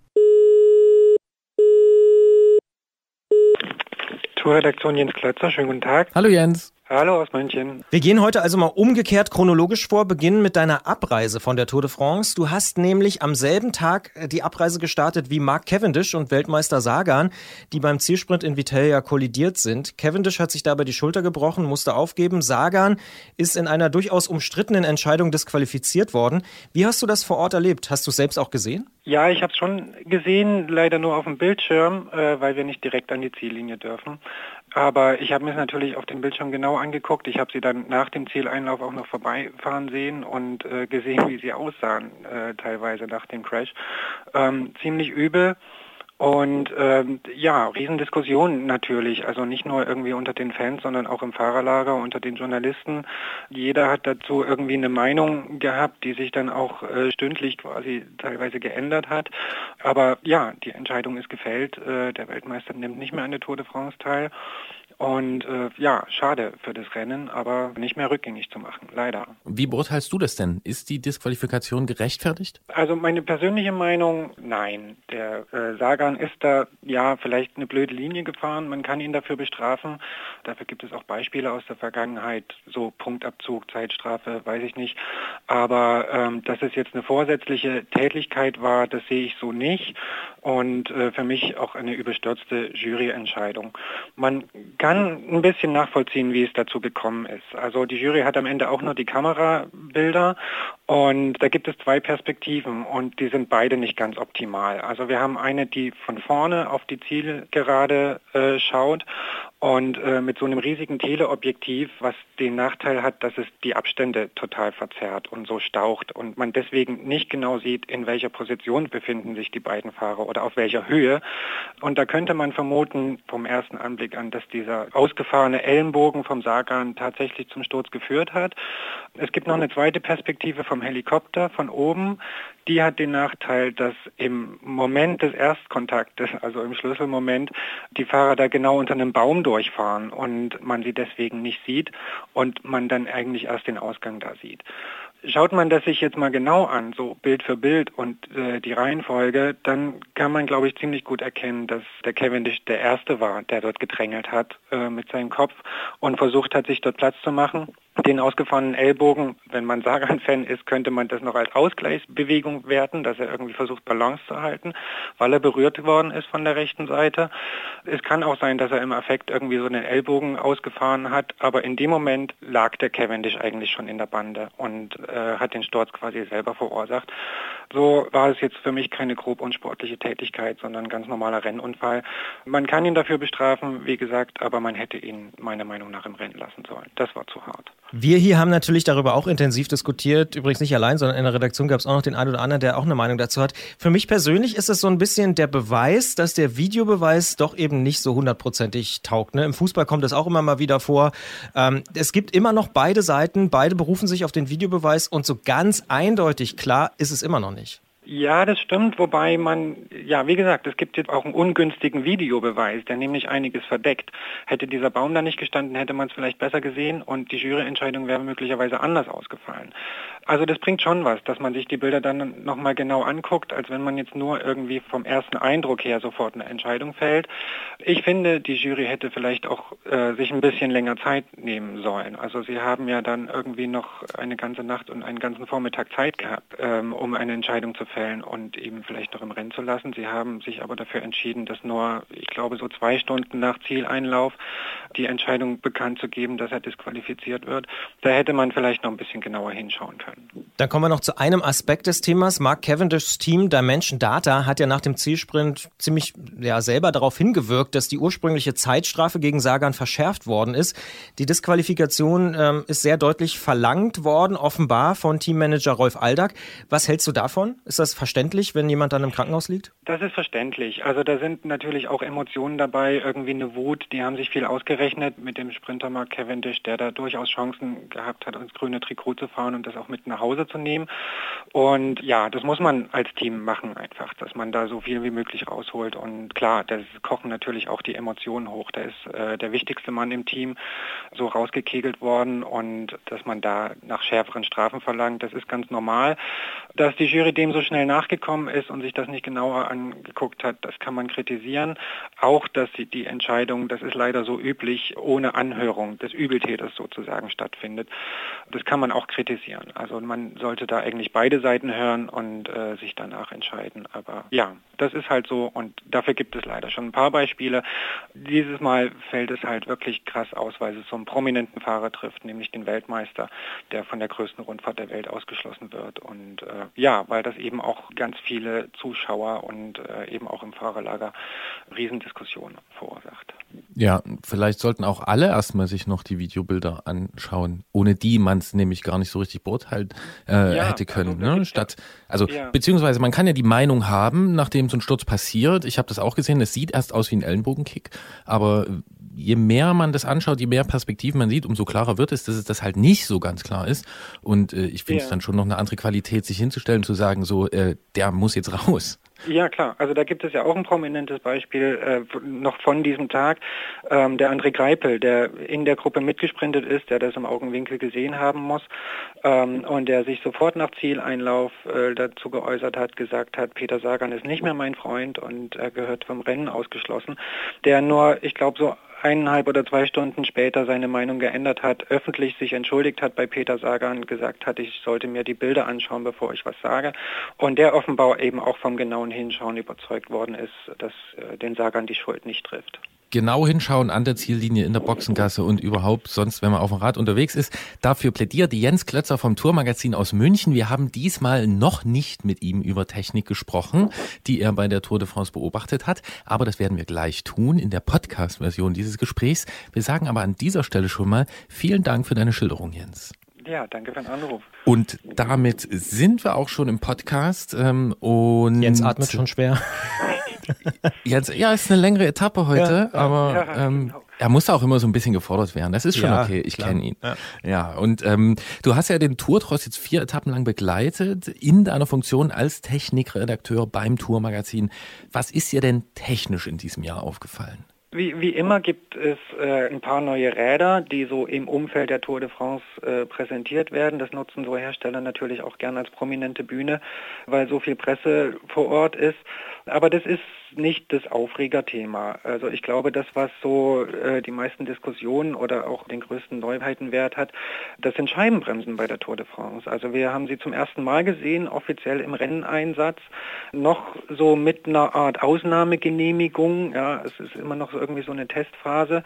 Tourredaktion Jens Klötzer, schönen guten Tag. Hallo Jens. Hallo aus München. Wir gehen heute also mal umgekehrt chronologisch vor, beginnen mit deiner Abreise von der Tour de France. Du hast nämlich am selben Tag die Abreise gestartet wie Mark Cavendish und Weltmeister Sagan, die beim Zielsprint in Vittel ja kollidiert sind. Cavendish hat sich dabei die Schulter gebrochen, musste aufgeben. Sagan ist in einer durchaus umstrittenen Entscheidung disqualifiziert worden. Wie hast du das vor Ort erlebt? Hast du es selbst auch gesehen? Ja, ich habe es schon gesehen, leider nur auf dem Bildschirm, äh, weil wir nicht direkt an die Ziellinie dürfen. Aber ich habe mir es natürlich auf dem Bildschirm genau angeguckt. Ich habe sie dann nach dem Zieleinlauf auch noch vorbeifahren sehen und äh, gesehen, wie sie aussahen, äh, teilweise nach dem Crash. Ähm, ziemlich übel. Und ähm, ja, Riesendiskussionen natürlich, also nicht nur irgendwie unter den Fans, sondern auch im Fahrerlager, unter den Journalisten. Jeder hat dazu irgendwie eine Meinung gehabt, die sich dann auch äh, stündlich quasi teilweise geändert hat. Aber ja, die Entscheidung ist gefällt, äh, der Weltmeister nimmt nicht mehr an der Tour de France teil. Und äh, ja, schade für das Rennen, aber nicht mehr rückgängig zu machen, leider. Wie beurteilst du das denn? Ist die Disqualifikation gerechtfertigt? Also meine persönliche Meinung, nein. Der äh, Sagan ist da ja vielleicht eine blöde Linie gefahren, man kann ihn dafür bestrafen. Dafür gibt es auch Beispiele aus der Vergangenheit, so Punktabzug, Zeitstrafe, weiß ich nicht. Aber ähm, dass es jetzt eine vorsätzliche Tätlichkeit war, das sehe ich so nicht. Und äh, für mich auch eine überstürzte Juryentscheidung. Man kann ein bisschen nachvollziehen, wie es dazu gekommen ist. Also die Jury hat am Ende auch nur die Kamerabilder und da gibt es zwei Perspektiven und die sind beide nicht ganz optimal. Also wir haben eine, die von vorne auf die Zielgerade äh, schaut und äh, mit so einem riesigen Teleobjektiv, was den Nachteil hat, dass es die Abstände total verzerrt und so staucht und man deswegen nicht genau sieht, in welcher Position befinden sich die beiden Fahrer oder auf welcher Höhe. Und da könnte man vermuten, vom ersten Anblick an, dass dieser ausgefahrene Ellenbogen vom Sagan tatsächlich zum Sturz geführt hat. Es gibt noch eine zweite Perspektive vom Helikopter von oben. Die hat den Nachteil, dass im Moment des Erstkontaktes, also im Schlüsselmoment, die Fahrer da genau unter einem Baum durchfahren und man sie deswegen nicht sieht und man dann eigentlich erst den Ausgang da sieht. Schaut man das sich jetzt mal genau an, so Bild für Bild und äh, die Reihenfolge, dann kann man, glaube ich, ziemlich gut erkennen, dass der Cavendish der Erste war, der dort gedrängelt hat äh, mit seinem Kopf und versucht hat, sich dort Platz zu machen. Den ausgefahrenen Ellbogen, wenn man Sagan-Fan ist, könnte man das noch als Ausgleichsbewegung werten, dass er irgendwie versucht, Balance zu halten, weil er berührt worden ist von der rechten Seite. Es kann auch sein, dass er im Affekt irgendwie so den Ellbogen ausgefahren hat, aber in dem Moment lag der Cavendish eigentlich schon in der Bande und äh, hat den Sturz quasi selber verursacht. So war es jetzt für mich keine grob unsportliche Tätigkeit, sondern ein ganz normaler Rennunfall. Man kann ihn dafür bestrafen, wie gesagt, aber man hätte ihn meiner Meinung nach im Rennen lassen sollen. Das war zu hart. Wir hier haben natürlich darüber auch intensiv diskutiert, übrigens nicht allein, sondern in der Redaktion gab es auch noch den einen oder anderen, der auch eine Meinung dazu hat. Für mich persönlich ist es so ein bisschen der Beweis, dass der Videobeweis doch eben nicht so hundertprozentig taugt. Ne? Im Fußball kommt das auch immer mal wieder vor. Ähm, es gibt immer noch beide Seiten, beide berufen sich auf den Videobeweis und so ganz eindeutig klar ist es immer noch nicht. Ja, das stimmt, wobei man, ja, wie gesagt, es gibt jetzt auch einen ungünstigen Videobeweis, der nämlich einiges verdeckt. Hätte dieser Baum da nicht gestanden, hätte man es vielleicht besser gesehen und die Juryentscheidung wäre möglicherweise anders ausgefallen. Also das bringt schon was, dass man sich die Bilder dann nochmal genau anguckt, als wenn man jetzt nur irgendwie vom ersten Eindruck her sofort eine Entscheidung fällt. Ich finde, die Jury hätte vielleicht auch äh, sich ein bisschen länger Zeit nehmen sollen. Also sie haben ja dann irgendwie noch eine ganze Nacht und einen ganzen Vormittag Zeit gehabt, ähm, um eine Entscheidung zu fällen und eben vielleicht noch im Rennen zu lassen. Sie haben sich aber dafür entschieden, dass nur, ich glaube, so zwei Stunden nach Zieleinlauf die Entscheidung bekannt zu geben, dass er disqualifiziert wird. Da hätte man vielleicht noch ein bisschen genauer hinschauen können. Dann kommen wir noch zu einem Aspekt des Themas. Mark Cavendishs Team Dimension Data hat ja nach dem Zielsprint ziemlich ja, selber darauf hingewirkt, dass die ursprüngliche Zeitstrafe gegen Sagan verschärft worden ist. Die Disqualifikation ähm, ist sehr deutlich verlangt worden, offenbar von Teammanager Rolf Aldag. Was hältst du davon? Ist das das verständlich, wenn jemand dann im Krankenhaus liegt? Das ist verständlich. Also da sind natürlich auch Emotionen dabei, irgendwie eine Wut. Die haben sich viel ausgerechnet mit dem Sprinter Mark Cavendish, der da durchaus Chancen gehabt hat, ins grüne Trikot zu fahren und das auch mit nach Hause zu nehmen. Und ja, das muss man als Team machen einfach, dass man da so viel wie möglich rausholt. Und klar, da kochen natürlich auch die Emotionen hoch. Da ist äh, der wichtigste Mann im Team so rausgekegelt worden und dass man da nach schärferen Strafen verlangt, das ist ganz normal. Dass die Jury dem so schnell nachgekommen ist und sich das nicht genauer angeguckt hat, das kann man kritisieren. Auch, dass die Entscheidung, das ist leider so üblich, ohne Anhörung des Übeltäters sozusagen stattfindet. Das kann man auch kritisieren. Also man sollte da eigentlich beide Seiten hören und äh, sich danach entscheiden. Aber ja, das ist halt so und dafür gibt es leider schon ein paar Beispiele. Dieses Mal fällt es halt wirklich krass aus, weil es so einen prominenten Fahrer trifft, nämlich den Weltmeister, der von der größten Rundfahrt der Welt ausgeschlossen wird. Und äh, ja, weil das eben auch ganz viele Zuschauer und äh, eben auch im Fahrerlager Riesendiskussionen verursacht. Ja, vielleicht sollten auch alle erstmal sich noch die Videobilder anschauen, ohne die man es nämlich gar nicht so richtig beurteilen äh, ja, hätte können. also ne? Statt, also ja. beziehungsweise man kann ja die Meinung haben, nachdem so ein Sturz passiert. Ich habe das auch gesehen. Es sieht erst aus wie ein Ellenbogenkick, aber je mehr man das anschaut, je mehr Perspektiven man sieht, umso klarer wird es, dass es das halt nicht so ganz klar ist. Und äh, ich finde es ja. dann schon noch eine andere Qualität, sich hinzustellen, zu sagen, so, äh, der muss jetzt raus. Ja, klar. Also da gibt es ja auch ein prominentes Beispiel äh, noch von diesem Tag. Ähm, der André Greipel, der in der Gruppe mitgesprintet ist, der das im Augenwinkel gesehen haben muss ähm, und der sich sofort nach Zieleinlauf äh, dazu geäußert hat, gesagt hat, Peter Sagan ist nicht mehr mein Freund und er gehört vom Rennen ausgeschlossen. Der nur, ich glaube, so eineinhalb oder zwei Stunden später seine Meinung geändert hat, öffentlich sich entschuldigt hat bei Peter Sagan, gesagt hat, ich sollte mir die Bilder anschauen, bevor ich was sage. Und der offenbar eben auch vom genauen Hinschauen überzeugt worden ist, dass äh, den Sagan die Schuld nicht trifft. Genau hinschauen an der Ziellinie in der Boxengasse und überhaupt sonst, wenn man auf dem Rad unterwegs ist. Dafür plädiert Jens Klötzer vom Tourmagazin aus München. Wir haben diesmal noch nicht mit ihm über Technik gesprochen, die er bei der Tour de France beobachtet hat. Aber das werden wir gleich tun in der Podcast-Version dieses Gesprächs. Wir sagen aber an dieser Stelle schon mal vielen Dank für deine Schilderung, Jens. Ja, danke für den Anruf. Und damit sind wir auch schon im Podcast. Ähm, und Jens atmet schon schwer. Jetzt, ja, ist eine längere Etappe heute, ja, aber ja, ähm, genau. er muss auch immer so ein bisschen gefordert werden. Das ist schon Ja, okay, ich klar. kenne ihn. Ja. Ja, und ähm, du hast ja den Tourtross jetzt vier Etappen lang begleitet in deiner Funktion als Technikredakteur beim Tourmagazin. Was ist dir denn technisch in diesem Jahr aufgefallen? Wie, wie immer gibt es äh, ein paar neue Räder, die so im Umfeld der Tour de France äh, präsentiert werden. Das nutzen so Hersteller natürlich auch gerne als prominente Bühne, weil so viel Presse vor Ort ist. Aber das ist nicht das Aufregerthema. Also ich glaube, das, was so äh, die meisten Diskussionen oder auch den größten Neuheitenwert hat, das sind Scheibenbremsen bei der Tour de France. Also wir haben sie zum ersten Mal gesehen, offiziell im Renneinsatz, noch so mit einer Art Ausnahmegenehmigung. Ja, es ist immer noch so irgendwie so eine Testphase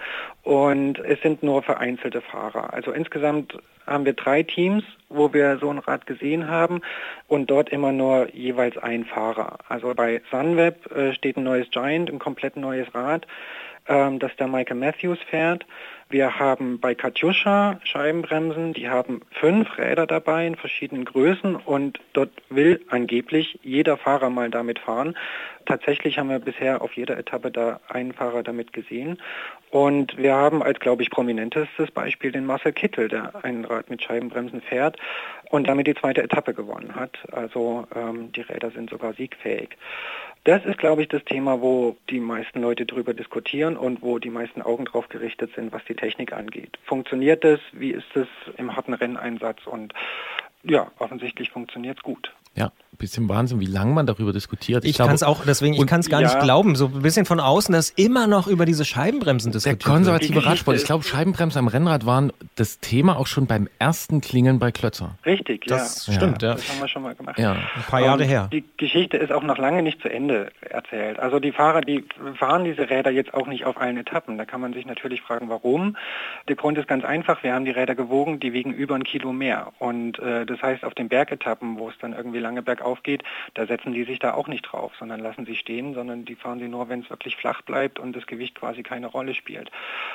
und es sind nur vereinzelte Fahrer. Also insgesamt haben wir drei Teams, wo wir so ein Rad gesehen haben und dort immer nur jeweils ein Fahrer. Also bei Sunweb äh, steht ein neues Giant, ein komplett neues Rad, ähm, das der Michael Matthews fährt. Wir haben bei Katyusha Scheibenbremsen, die haben fünf Räder dabei in verschiedenen Größen und dort will angeblich jeder Fahrer mal damit fahren. Tatsächlich haben wir bisher auf jeder Etappe da einen Fahrer damit gesehen. Und wir haben als, glaube ich, prominentestes Beispiel den Marcel Kittel, der ein Rad mit Scheibenbremsen fährt und damit die zweite Etappe gewonnen hat. Also ähm, die Räder sind sogar siegfähig. Das ist, glaube ich, das Thema, wo die meisten Leute drüber diskutieren und wo die meisten Augen drauf gerichtet sind, was die Technik angeht. Funktioniert das? Wie ist es im harten Renneinsatz? Und ja, offensichtlich funktioniert es gut. Ja, ein bisschen Wahnsinn, wie lange man darüber diskutiert. Ich, ich kann es auch, deswegen, ich kann es gar ja. nicht glauben, so ein bisschen von außen, dass immer noch über diese Scheibenbremsen Der diskutiert konservative wird. Radsport. Ich glaube, Scheibenbremsen am Rennrad waren das Thema auch schon beim ersten Klingeln bei Klötzer. Richtig, Das ja. stimmt, ja. Das haben wir schon mal gemacht. Ja. Ein paar Jahre Und her. Die Geschichte ist auch noch lange nicht zu Ende erzählt. Also die Fahrer, die fahren diese Räder jetzt auch nicht auf allen Etappen. Da kann man sich natürlich fragen, warum. Der Grund ist ganz einfach. Wir haben die Räder gewogen, die wiegen über ein Kilo mehr. Und äh, das heißt, auf den Bergetappen, wo es dann irgendwie lange bergauf geht, da setzen die sich da auch nicht drauf, sondern lassen sie stehen, sondern die fahren sie nur, wenn es wirklich flach bleibt und das Gewicht quasi keine Rolle spielt.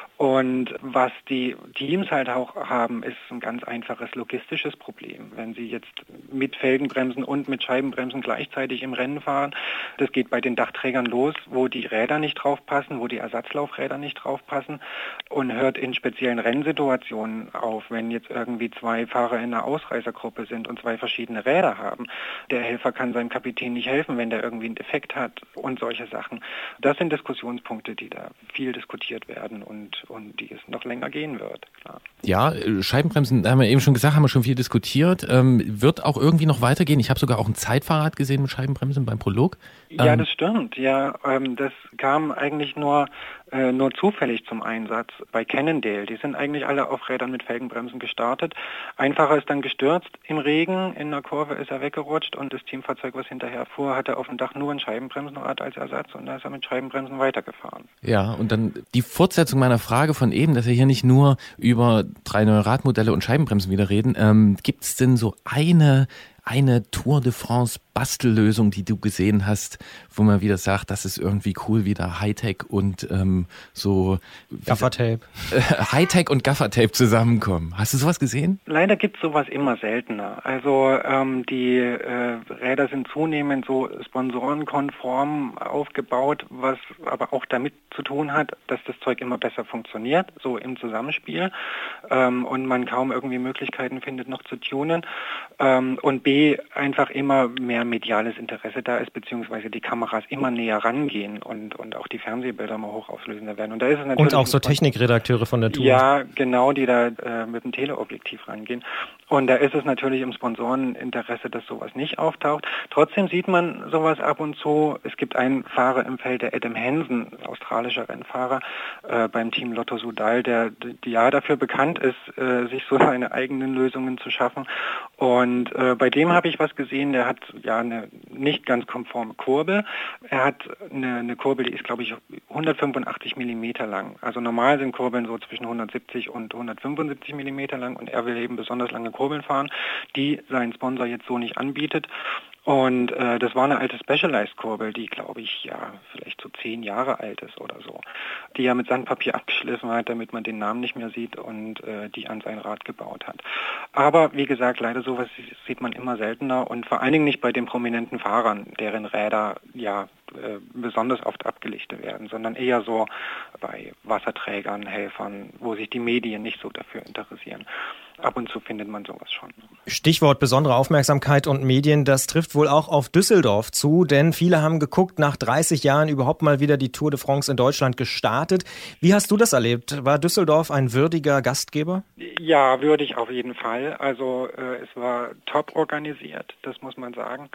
Und was die Teams halt auch haben, ist ein ganz einfaches logistisches Problem. Wenn sie jetzt mit Felgenbremsen und mit Scheibenbremsen gleichzeitig im Rennen fahren, das geht bei den Dachträgern los, wo die Räder nicht draufpassen, wo die Ersatzlaufräder nicht draufpassen und hört in speziellen Rennsituationen auf, wenn jetzt irgendwie zwei Fahrer in einer Ausreißergruppe sind und zwei verschiedene Räder haben. Der Helfer kann seinem Kapitän nicht helfen, wenn der irgendwie einen Defekt hat und solche Sachen. Das sind Diskussionspunkte, die da viel diskutiert werden und, und die es noch länger gehen wird. Klar. Ja, Scheibenbremsen, haben wir eben schon gesagt, haben wir schon viel diskutiert. Ähm, wird auch irgendwie noch weitergehen. Ich habe sogar auch ein Zeitfahrrad gesehen mit Scheibenbremsen beim Prolog. Ja, ähm, das stimmt. Ja, ähm, das kam eigentlich nur äh, nur zufällig zum Einsatz bei Cannondale. Die sind eigentlich alle auf Rädern mit Felgenbremsen gestartet. Ein Fahrer ist dann gestürzt im Regen, in einer Kurve ist er weggerutscht und das Teamfahrzeug, was hinterher fuhr, hatte auf dem Dach nur ein Scheibenbremsenrad als Ersatz und da ist er mit Scheibenbremsen weitergefahren. Ja, und dann die Fortsetzung meiner Frage von eben, dass wir hier nicht nur über drei neue Radmodelle und Scheibenbremsen wieder reden. Ähm, gibt es denn so eine eine Tour de France Bastellösung, die du gesehen hast, wo man wieder sagt, das ist irgendwie cool, wieder Hightech und ähm, so Gaffertape. Äh, Hightech und Gaffertape zusammenkommen. Hast du sowas gesehen? Leider gibt es sowas immer seltener. Also ähm, die äh, Räder sind zunehmend so sponsorenkonform aufgebaut, was aber auch damit zu tun hat, dass das Zeug immer besser funktioniert, so im Zusammenspiel ähm, und man kaum irgendwie Möglichkeiten findet, noch zu tunen ähm, und B, einfach immer mehr mediales Interesse da ist, beziehungsweise die Kameras immer näher rangehen und, und auch die Fernsehbilder immer hochauflösender werden. Und da ist es natürlich und auch so Technikredakteure von der Tour. Ja, genau, die da äh, mit dem Teleobjektiv rangehen. Und da ist es natürlich im Sponsoreninteresse, dass sowas nicht auftaucht. Trotzdem sieht man sowas ab und zu. Es gibt einen Fahrer im Feld, der Adam Hansen, australischer Rennfahrer, äh, beim Team Lotto Soudal, der, der ja dafür bekannt ist, äh, sich so seine eigenen Lösungen zu schaffen. Und äh, bei dem habe ich was gesehen, der hat ja eine nicht ganz konforme Kurbel. Er hat eine, eine Kurbel, die ist, glaube ich, hundertfünfundachtzig Millimeter lang. Also normal sind Kurbeln so zwischen hundertsiebzig und hundertfünfundsiebzig Millimeter lang und er will eben besonders lange Kurbeln fahren, die sein Sponsor jetzt so nicht anbietet. Und äh, das war eine alte Specialized-Kurbel, die, glaube ich, ja, vielleicht so zehn Jahre alt ist oder so, die er mit Sandpapier abgeschliffen hat, damit man den Namen nicht mehr sieht und äh, die an sein Rad gebaut hat. Aber wie gesagt, leider sowas sieht man immer seltener und vor allen Dingen nicht bei den prominenten Fahrern, deren Räder ja äh, besonders oft abgelichtet werden, sondern eher so bei Wasserträgern, Helfern, wo sich die Medien nicht so dafür interessieren. Ab und zu findet man sowas schon. Stichwort besondere Aufmerksamkeit und Medien, das trifft wohl auch auf Düsseldorf zu, denn viele haben geguckt, nach dreißig Jahren überhaupt mal wieder die Tour de France in Deutschland gestartet. Wie hast du das erlebt? War Düsseldorf ein würdiger Gastgeber? Ja, würdig auf jeden Fall. Also äh, es war top organisiert, das muss man sagen.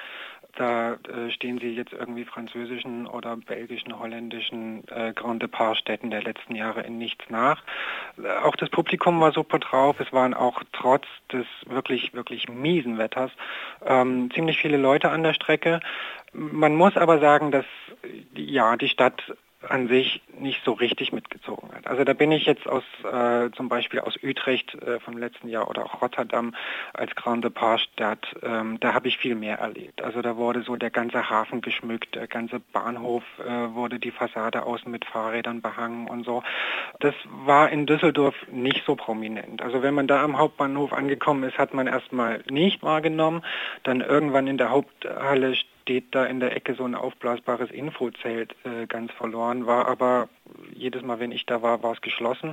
Da äh, stehen sie jetzt irgendwie französischen oder belgischen, holländischen äh, Grand Depart-Städten der letzten Jahre in nichts nach. Äh, auch das Publikum war super drauf. Es waren auch trotz des wirklich, wirklich miesen Wetters ähm, ziemlich viele Leute an der Strecke. Man muss aber sagen, dass ja die Stadt an sich nicht so richtig mitgezogen hat. Also da bin ich jetzt aus äh, zum Beispiel aus Utrecht äh, vom letzten Jahr oder auch Rotterdam als Grand Depart-Stadt, ähm, da habe ich viel mehr erlebt. Also da wurde so der ganze Hafen geschmückt, der ganze Bahnhof äh, wurde die Fassade außen mit Fahrrädern behangen und so. Das war in Düsseldorf nicht so prominent. Also wenn man da am Hauptbahnhof angekommen ist, hat man erstmal nicht wahrgenommen, dann irgendwann in der Haupthalle steht da in der Ecke so ein aufblasbares Infozelt äh, ganz verloren, war aber jedes Mal, wenn ich da war, war es geschlossen.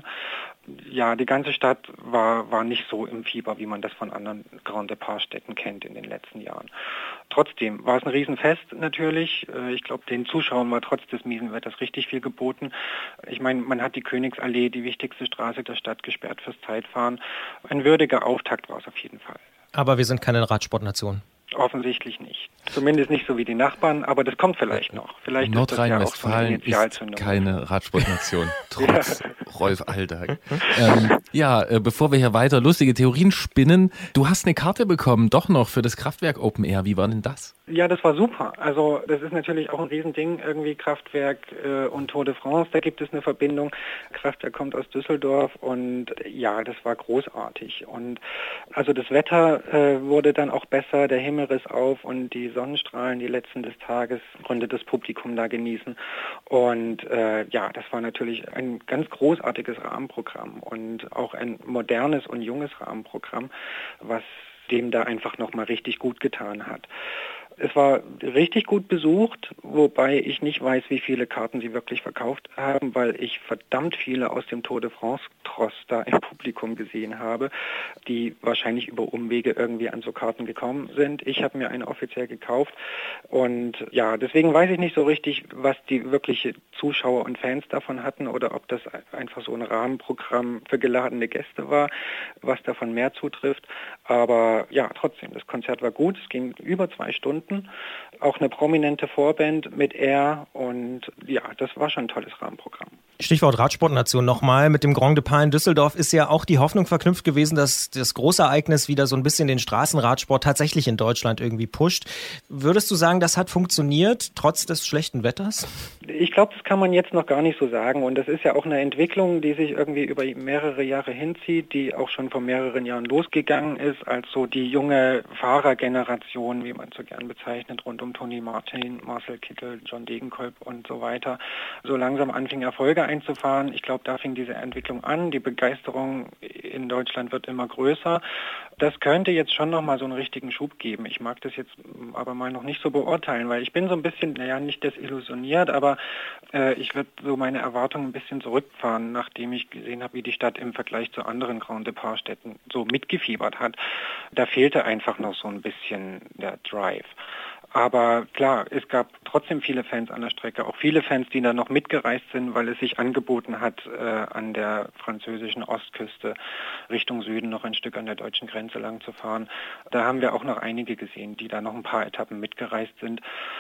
Ja, die ganze Stadt war, war nicht so im Fieber, wie man das von anderen Grand Depart-Städten kennt in den letzten Jahren. Trotzdem war es ein Riesenfest natürlich. Ich glaube, den Zuschauern war trotz des miesen Wetters richtig viel geboten. Ich meine, man hat die Königsallee, die wichtigste Straße der Stadt, gesperrt fürs Zeitfahren. Ein würdiger Auftakt war es auf jeden Fall. Aber wir sind keine Radsportnation. Offensichtlich nicht. Zumindest nicht so wie die Nachbarn, aber das kommt vielleicht noch. Vielleicht Nordrhein-Westfalen ist, das ja auch so eine ist keine Radsportnation, trotz Rolf Aldag. ähm, ja, äh, bevor wir hier weiter lustige Theorien spinnen, du hast eine Karte bekommen, doch noch für das Kraftwerk Open Air. Wie war denn das? Ja, das war super. Also das ist natürlich auch ein Riesending, irgendwie Kraftwerk äh, und Tour de France, da gibt es eine Verbindung. Kraftwerk kommt aus Düsseldorf und ja, das war großartig. Und also das Wetter äh, wurde dann auch besser, der Himmel riss auf und die Sonnenstrahlen, die letzten des Tages, konnte das Publikum da genießen. Und äh, ja, das war natürlich ein ganz großartiges Rahmenprogramm und auch ein modernes und junges Rahmenprogramm, was dem da einfach nochmal richtig gut getan hat. Es war richtig gut besucht, wobei ich nicht weiß, wie viele Karten sie wirklich verkauft haben, weil ich verdammt viele aus dem Tour de France-Tross da im Publikum gesehen habe, die wahrscheinlich über Umwege irgendwie an so Karten gekommen sind. Ich habe mir eine offiziell gekauft und ja, deswegen weiß ich nicht so richtig, was die wirkliche Zuschauer und Fans davon hatten oder ob das einfach so ein Rahmenprogramm für geladene Gäste war, was davon mehr zutrifft. Aber ja, trotzdem, das Konzert war gut, es ging über zwei Stunden. Auch eine prominente Vorband mit Air und ja, das war schon ein tolles Rahmenprogramm. Stichwort Radsportnation nochmal. Mit dem Grand Depart in Düsseldorf ist ja auch die Hoffnung verknüpft gewesen, dass das Großereignis wieder so ein bisschen den Straßenradsport tatsächlich in Deutschland irgendwie pusht. Würdest du sagen, das hat funktioniert, trotz des schlechten Wetters? Ich glaube, das kann man jetzt noch gar nicht so sagen. Und das ist ja auch eine Entwicklung, die sich irgendwie über mehrere Jahre hinzieht, die auch schon vor mehreren Jahren losgegangen ist, als so die junge Fahrergeneration, wie man so gern bezeichnet, rund um Toni Martin, Marcel Kittel, John Degenkolb und so weiter, so langsam anfing Erfolge einzufahren. Ich glaube, da fing diese Entwicklung an. Die Begeisterung in Deutschland wird immer größer. Das könnte jetzt schon nochmal so einen richtigen Schub geben. Ich mag das jetzt aber mal noch nicht so beurteilen, weil ich bin so ein bisschen, naja, nicht desillusioniert, aber äh, ich würde so meine Erwartungen ein bisschen zurückfahren, nachdem ich gesehen habe, wie die Stadt im Vergleich zu anderen Grand Depart-Städten so mitgefiebert hat. Da fehlte einfach noch so ein bisschen der Drive. Aber klar, es gab trotzdem viele Fans an der Strecke, auch viele Fans, die da noch mitgereist sind, weil es sich angeboten hat, äh, an der französischen Ostküste Richtung Süden noch ein Stück an der deutschen Grenze lang zu fahren. Da haben wir auch noch einige gesehen, die da noch ein paar Etappen mitgereist sind.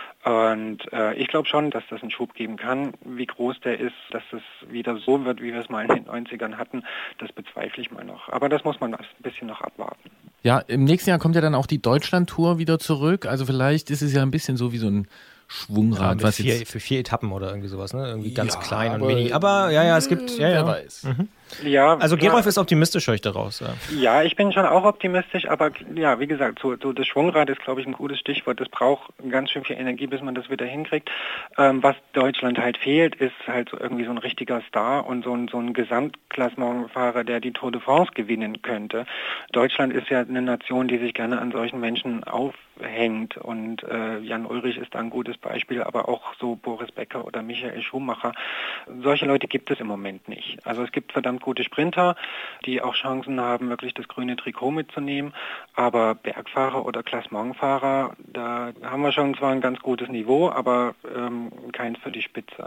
Und äh, ich glaube schon, dass das einen Schub geben kann. Wie groß der ist, dass es wieder so wird, wie wir es mal in den neunzigern hatten, das bezweifle ich mal noch. Aber das muss man ein bisschen noch abwarten. Ja, im nächsten Jahr kommt ja dann auch die Deutschland-Tour wieder zurück. Also vielleicht ist es ja ein bisschen so wie so ein Schwungrad. Ja, was vier, jetzt für vier Etappen oder irgendwie sowas, ne? Irgendwie ganz ja, klein und aber, mini. Aber ja, ja, es gibt, ja, wer ja. weiß. Mhm. Ja, also klar. Gerolf ist optimistisch, höre ich daraus. Ja. Ja, ich bin schon auch optimistisch, aber ja, wie gesagt, so, so das Schwungrad ist, glaube ich, ein gutes Stichwort. Das braucht ganz schön viel Energie, bis man das wieder hinkriegt. Ähm, was Deutschland halt fehlt, ist halt so irgendwie so ein richtiger Star und so ein, so ein Gesamtklassementfahrer, der die Tour de France gewinnen könnte. Deutschland ist ja eine Nation, die sich gerne an solchen Menschen aufhängt und äh, Jan Ullrich ist da ein gutes Beispiel, aber auch so Boris Becker oder Michael Schumacher. Solche Leute gibt es im Moment nicht. Also es gibt verdammt gute Sprinter, die auch Chancen haben, wirklich das grüne Trikot mitzunehmen. Aber Bergfahrer oder Klassementfahrer, da haben wir schon zwar ein ganz gutes Niveau, aber ähm, keins für die Spitze.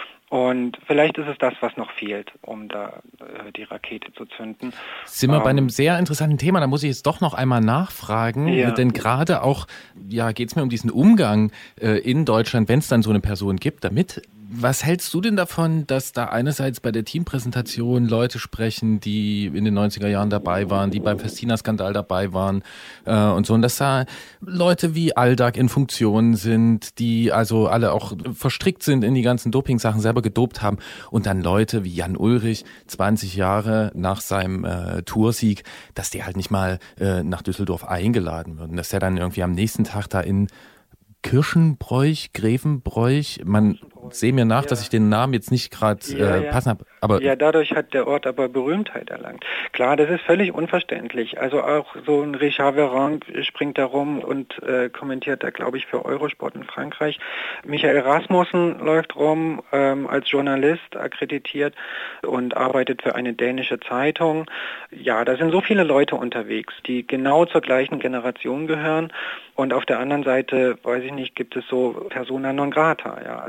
Und vielleicht ist es das, was noch fehlt, um da äh, die Rakete zu zünden. Sind wir ähm, bei einem sehr interessanten Thema, da muss ich jetzt doch noch einmal nachfragen, ja. denn gerade auch, ja, geht es mir um diesen Umgang äh, in Deutschland, wenn es dann so eine Person gibt, damit. Was hältst du denn davon, dass da einerseits bei der Teampräsentation Leute sprechen, die in den neunziger Jahren dabei waren, die beim Festina-Skandal dabei waren äh, und so, und dass da Leute wie Aldag in Funktion sind, die also alle auch verstrickt sind in die ganzen Doping-Sachen, selber gedopt haben, und dann Leute wie Jan Ullrich, zwanzig Jahre nach seinem äh, Toursieg, dass die halt nicht mal äh, nach Düsseldorf eingeladen würden, dass der dann irgendwie am nächsten Tag da in Kirschenbräuch, Grevenbräuch, man sehe mir nach, ja. dass ich den Namen jetzt nicht gerade ja, äh, ja. passen habe. Aber ja, dadurch hat der Ort aber Berühmtheit erlangt. Klar, das ist völlig unverständlich. Also auch so ein Richard Verand springt da rum und äh, kommentiert da, glaube ich, für Eurosport in Frankreich. Michael Rasmussen läuft rum ähm, als Journalist akkreditiert und arbeitet für eine dänische Zeitung. Ja, da sind so viele Leute unterwegs, die genau zur gleichen Generation gehören. Und auf der anderen Seite, weiß ich nicht, gibt es so Persona non grata. Ja, also Lance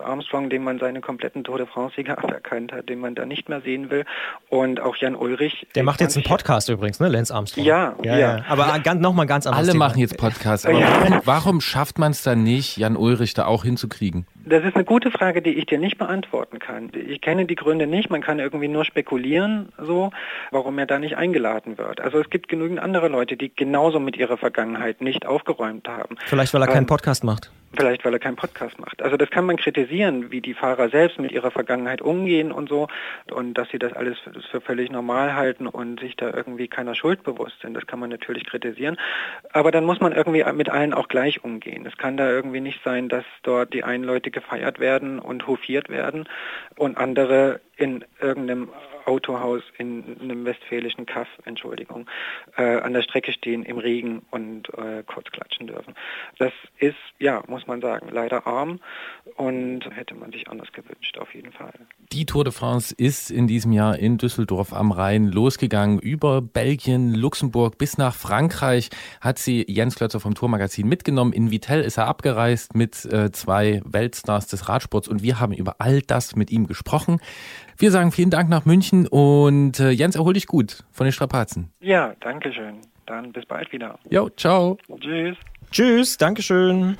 Armstrong, dem man seine kompletten Tour de France-Sieger aberkannt hat, den man da nicht mehr sehen will. Und auch Jan Ullrich. Der macht jetzt einen Podcast übrigens, ne, Lance Armstrong? Ja, ja. ja. Aber ganz, nochmal ganz anders. Alle Thema. machen jetzt Podcasts. Aber ja. Warum schafft man es dann nicht, Jan Ullrich da auch hinzukriegen? Das ist eine gute Frage, die ich dir nicht beantworten kann. Ich kenne die Gründe nicht. Man kann irgendwie nur spekulieren, so, warum er da nicht eingeladen wird. Also es gibt genügend andere Leute, die genauso mit ihrer Vergangenheit nicht aufgeräumt haben. Vielleicht, weil er ähm, keinen Podcast macht. Vielleicht, weil er keinen Podcast macht. Also das kann man kritisieren, wie die Fahrer selbst mit ihrer Vergangenheit umgehen und so. Und dass sie das alles für, für völlig normal halten und sich da irgendwie keiner Schuld bewusst sind. Das kann man natürlich kritisieren. Aber dann muss man irgendwie mit allen auch gleich umgehen. Es kann da irgendwie nicht sein, dass dort die einen Leute gefeiert werden und hofiert werden und andere in irgendeinem Autohaus in einem westfälischen Kaff, Entschuldigung, äh, an der Strecke stehen im Regen und äh, kurz klatschen dürfen. Das ist, ja, muss man sagen, leider arm und hätte man sich anders gewünscht, auf jeden Fall. Die Tour de France ist in diesem Jahr in Düsseldorf am Rhein losgegangen. Über Belgien, Luxemburg bis nach Frankreich hat sie Jens Klötzer vom Tourmagazin mitgenommen. In Vittel ist er abgereist mit äh, zwei Weltstars des Radsports und wir haben über all das mit ihm gesprochen. Wir sagen vielen Dank nach München und äh, Jens, erhol dich gut von den Strapazen. Ja, danke schön. Dann bis bald wieder. Jo, ciao. Tschüss. Tschüss, dankeschön.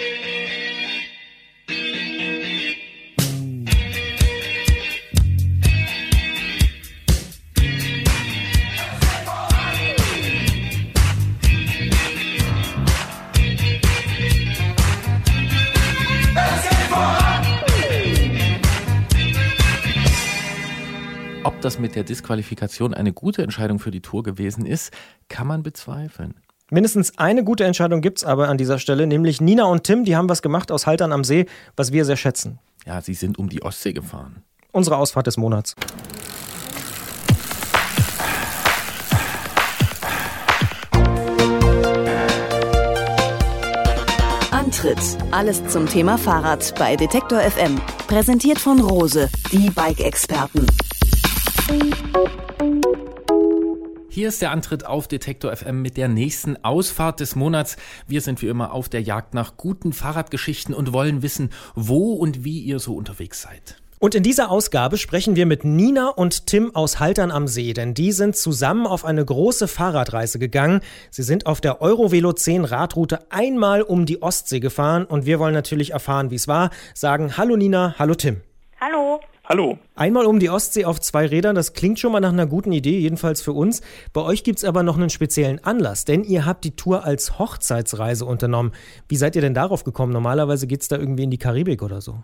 Ob das mit der Disqualifikation eine gute Entscheidung für die Tour gewesen ist, kann man bezweifeln. Mindestens eine gute Entscheidung gibt's aber an dieser Stelle, nämlich Nina und Tim, die haben was gemacht aus Haltern am See, was wir sehr schätzen. Ja, sie sind um die Ostsee gefahren. Unsere Ausfahrt des Monats. Antritt. Alles zum Thema Fahrrad bei Detektor F M. Präsentiert von Rose, die Bike-Experten. Hier ist der Antritt auf Detektor F M mit der nächsten Ausfahrt des Monats. Wir sind wie immer auf der Jagd nach guten Fahrradgeschichten und wollen wissen, wo und wie ihr so unterwegs seid. Und in dieser Ausgabe sprechen wir mit Nina und Tim aus Haltern am See, denn die sind zusammen auf eine große Fahrradreise gegangen. Sie sind auf der Eurovelo zehn Radroute einmal um die Ostsee gefahren und wir wollen natürlich erfahren, wie es war. Sagen Hallo Nina, hallo Tim. Hallo. Hallo. Einmal um die Ostsee auf zwei Rädern, das klingt schon mal nach einer guten Idee, jedenfalls für uns. Bei euch gibt's aber noch einen speziellen Anlass, denn ihr habt die Tour als Hochzeitsreise unternommen. Wie seid ihr denn darauf gekommen? Normalerweise geht's da irgendwie in die Karibik oder so.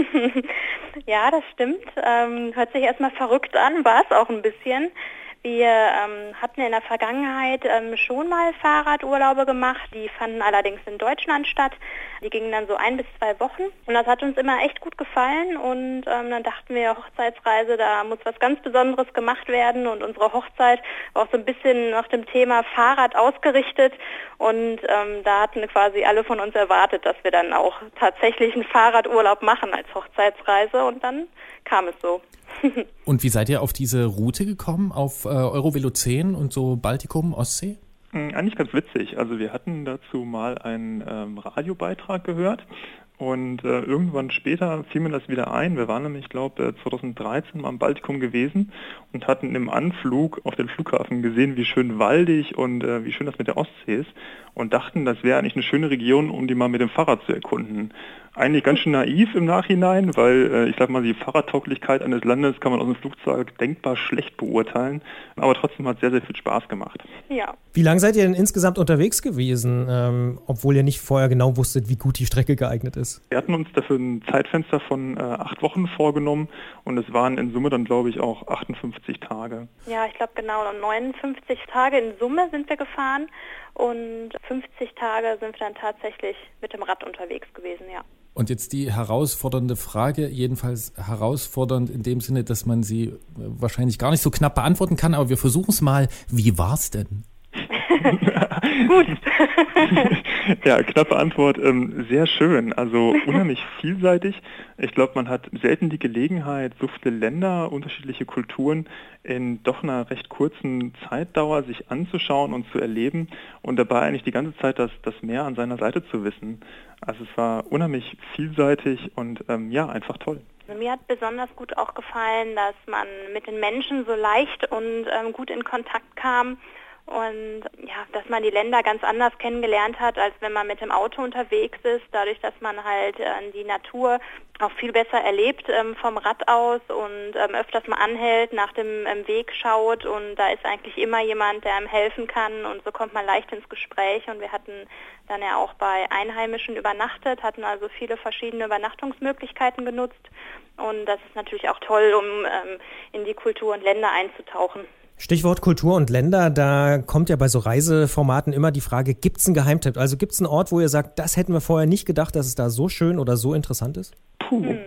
Ja, das stimmt. Ähm, hört sich erstmal verrückt an, war es auch ein bisschen. Wir ähm, hatten in der Vergangenheit ähm, schon mal Fahrradurlaube gemacht, die fanden allerdings in Deutschland statt. Die gingen dann so ein bis zwei Wochen und das hat uns immer echt gut gefallen und ähm, dann dachten wir, Hochzeitsreise, da muss was ganz Besonderes gemacht werden und unsere Hochzeit war auch so ein bisschen nach dem Thema Fahrrad ausgerichtet und ähm, da hatten quasi alle von uns erwartet, dass wir dann auch tatsächlich einen Fahrradurlaub machen als Hochzeitsreise und dann kam es so. Und wie seid ihr auf diese Route gekommen, auf äh, Eurovelo zehn und so Baltikum, Ostsee? Eigentlich ganz witzig. Also wir hatten dazu mal einen ähm, Radiobeitrag gehört und äh, irgendwann später fiel mir das wieder ein. Wir waren nämlich, ich glaube, zweitausenddreizehn mal im Baltikum gewesen und hatten im Anflug auf den Flughafen gesehen, wie schön waldig und äh, wie schön das mit der Ostsee ist und dachten, das wäre eigentlich eine schöne Region, um die mal mit dem Fahrrad zu erkunden. Eigentlich ganz schön naiv im Nachhinein, weil äh, ich sag mal, die Fahrradtauglichkeit eines Landes kann man aus dem Flugzeug denkbar schlecht beurteilen, aber trotzdem hat es sehr, sehr viel Spaß gemacht. Ja. Wie lange seid ihr denn insgesamt unterwegs gewesen, ähm, obwohl ihr nicht vorher genau wusstet, wie gut die Strecke geeignet ist? Wir hatten uns dafür ein Zeitfenster von äh, acht Wochen vorgenommen und es waren in Summe dann, glaube ich, auch achtundfünfzig Tage. Ja, ich glaube genau, neunundfünfzig Tage in Summe sind wir gefahren und fünfzig Tage sind wir dann tatsächlich mit dem Rad unterwegs gewesen, ja. Und jetzt die herausfordernde Frage, jedenfalls herausfordernd in dem Sinne, dass man sie wahrscheinlich gar nicht so knapp beantworten kann, aber wir versuchen es mal. Wie war's denn? Gut. Ja, knappe Antwort. Ähm, sehr schön. Also unheimlich vielseitig. Ich glaube, man hat selten die Gelegenheit, so viele Länder, unterschiedliche Kulturen in doch einer recht kurzen Zeitdauer sich anzuschauen und zu erleben und dabei eigentlich die ganze Zeit das, das Meer an seiner Seite zu wissen. Also es war unheimlich vielseitig und ähm, ja, einfach toll. Mir hat besonders gut auch gefallen, dass man mit den Menschen so leicht und ähm, gut in Kontakt kam und ja, dass man die Länder ganz anders kennengelernt hat, als wenn man mit dem Auto unterwegs ist, dadurch, dass man halt äh, die Natur auch viel besser erlebt ähm, vom Rad aus und ähm, öfters mal anhält, nach dem ähm, Weg schaut und da ist eigentlich immer jemand, der einem helfen kann und so kommt man leicht ins Gespräch und wir hatten dann ja auch bei Einheimischen übernachtet, hatten also viele verschiedene Übernachtungsmöglichkeiten genutzt und das ist natürlich auch toll, um ähm, in die Kultur und Länder einzutauchen. Stichwort Kultur und Länder, da kommt ja bei so Reiseformaten immer die Frage, gibt es einen Geheimtipp? Also gibt es einen Ort, wo ihr sagt, das hätten wir vorher nicht gedacht, dass es da so schön oder so interessant ist? Puh. Hm.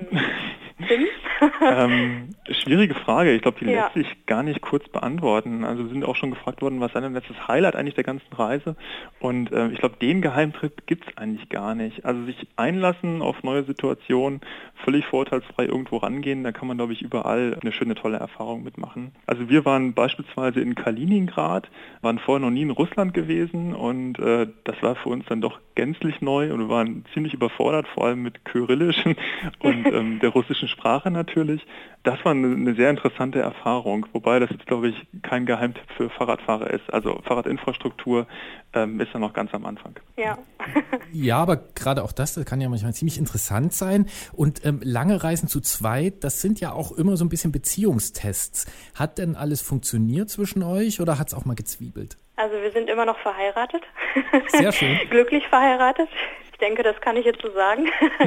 ähm, schwierige Frage. Ich glaube, die Ja. lässt sich gar nicht kurz beantworten. Also wir sind auch schon gefragt worden, was sei dein letztes Highlight eigentlich der ganzen Reise? Und äh, ich glaube, den Geheimtrip gibt es eigentlich gar nicht. Also sich einlassen auf neue Situationen, völlig vorurteilsfrei irgendwo rangehen, da kann man, glaube ich, überall eine schöne, tolle Erfahrung mitmachen. Also wir waren beispielsweise in Kaliningrad, waren vorher noch nie in Russland gewesen und äh, das war für uns dann doch gänzlich neu und wir waren ziemlich überfordert, vor allem mit Kyrillischen und ähm, der russischen Sprache natürlich. Das war eine, eine sehr interessante Erfahrung, wobei das jetzt, glaube ich, kein Geheimtipp für Fahrradfahrer ist. Also Fahrradinfrastruktur ähm, ist ja noch ganz am Anfang. Ja. Ja, aber gerade auch das, das kann ja manchmal ziemlich interessant sein. Und ähm, lange Reisen zu zweit, das sind ja auch immer so ein bisschen Beziehungstests. Hat denn alles funktioniert zwischen euch oder hat es auch mal gezwiebelt? Also wir sind immer noch verheiratet. Sehr schön. Glücklich verheiratet. Ich denke, das kann ich jetzt so sagen.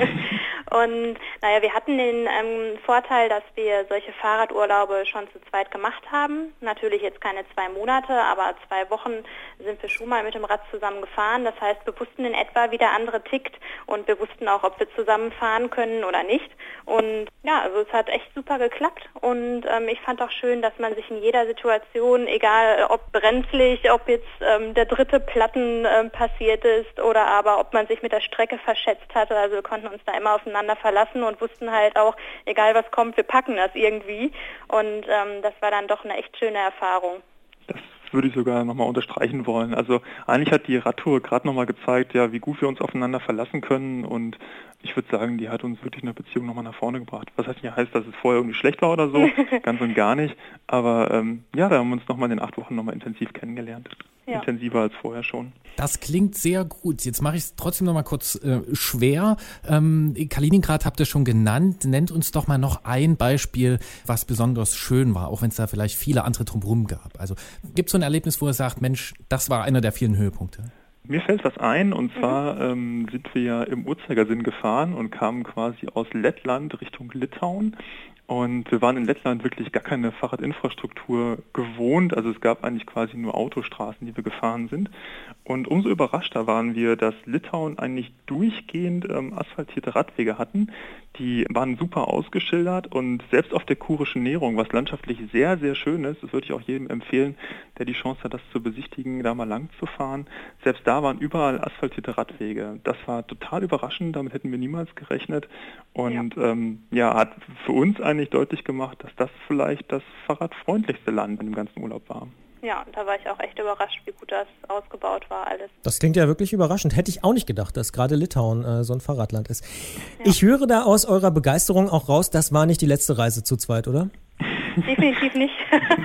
Und naja, wir hatten den ähm, Vorteil, dass wir solche Fahrradurlaube schon zu zweit gemacht haben. Natürlich jetzt keine zwei Monate, aber zwei Wochen sind wir schon mal mit dem Rad zusammen gefahren. Das heißt, wir wussten in etwa, wie der andere tickt und wir wussten auch, ob wir zusammen fahren können oder nicht. Und ja, also es hat echt super geklappt und ähm, ich fand auch schön, dass man sich in jeder Situation, egal ob brenzlig, ob jetzt ähm, der dritte Platten ähm, passiert ist oder aber ob man sich mit der Strecke verschätzt hatte, also wir konnten uns da immer aufeinander verlassen und wussten halt auch, egal was kommt, wir packen das irgendwie und ähm, das war dann doch eine echt schöne Erfahrung. Das würde ich sogar nochmal unterstreichen wollen. Also eigentlich hat die Radtour gerade nochmal gezeigt, ja, wie gut wir uns aufeinander verlassen können und ich würde sagen, die hat uns wirklich in der Beziehung nochmal nach vorne gebracht. Was heißt nicht heißt, dass es vorher irgendwie schlecht war oder so, ganz und gar nicht, aber ähm, ja, da haben wir uns nochmal in den acht Wochen nochmal intensiv kennengelernt. Ja. Intensiver als vorher schon. Das klingt sehr gut. Jetzt mache ich es trotzdem noch mal kurz äh, schwer. Ähm, Kaliningrad habt ihr schon genannt. Nennt uns doch mal noch ein Beispiel, was besonders schön war, auch wenn es da vielleicht viele andere drumherum gab. Also gibt es so ein Erlebnis, wo ihr sagt, Mensch, das war einer der vielen Höhepunkte? Mir fällt was ein und zwar ähm, sind wir ja im Uhrzeigersinn gefahren und kamen quasi aus Lettland Richtung Litauen. Und wir waren in Lettland wirklich gar keine Fahrradinfrastruktur gewohnt, also es gab eigentlich quasi nur Autostraßen, die wir gefahren sind. Und umso überraschter waren wir, dass Litauen eigentlich durchgehend ähm, asphaltierte Radwege hatten. Die waren super ausgeschildert und selbst auf der Kurischen Nährung, was landschaftlich sehr, sehr schön ist, das würde ich auch jedem empfehlen, der die Chance hat, das zu besichtigen, da mal lang zu fahren. Selbst da waren überall asphaltierte Radwege. Das war total überraschend, damit hätten wir niemals gerechnet. Und ja, ähm, ja hat für uns eigentlich deutlich gemacht, dass das vielleicht das fahrradfreundlichste Land in dem ganzen Urlaub war. Ja, da war ich auch echt überrascht, wie gut das ausgebaut war alles. Das klingt ja wirklich überraschend. Hätte ich auch nicht gedacht, dass gerade Litauen äh, so ein Fahrradland ist. Ja. Ich höre da aus eurer Begeisterung auch raus, das war nicht die letzte Reise zu zweit, oder? Definitiv nicht.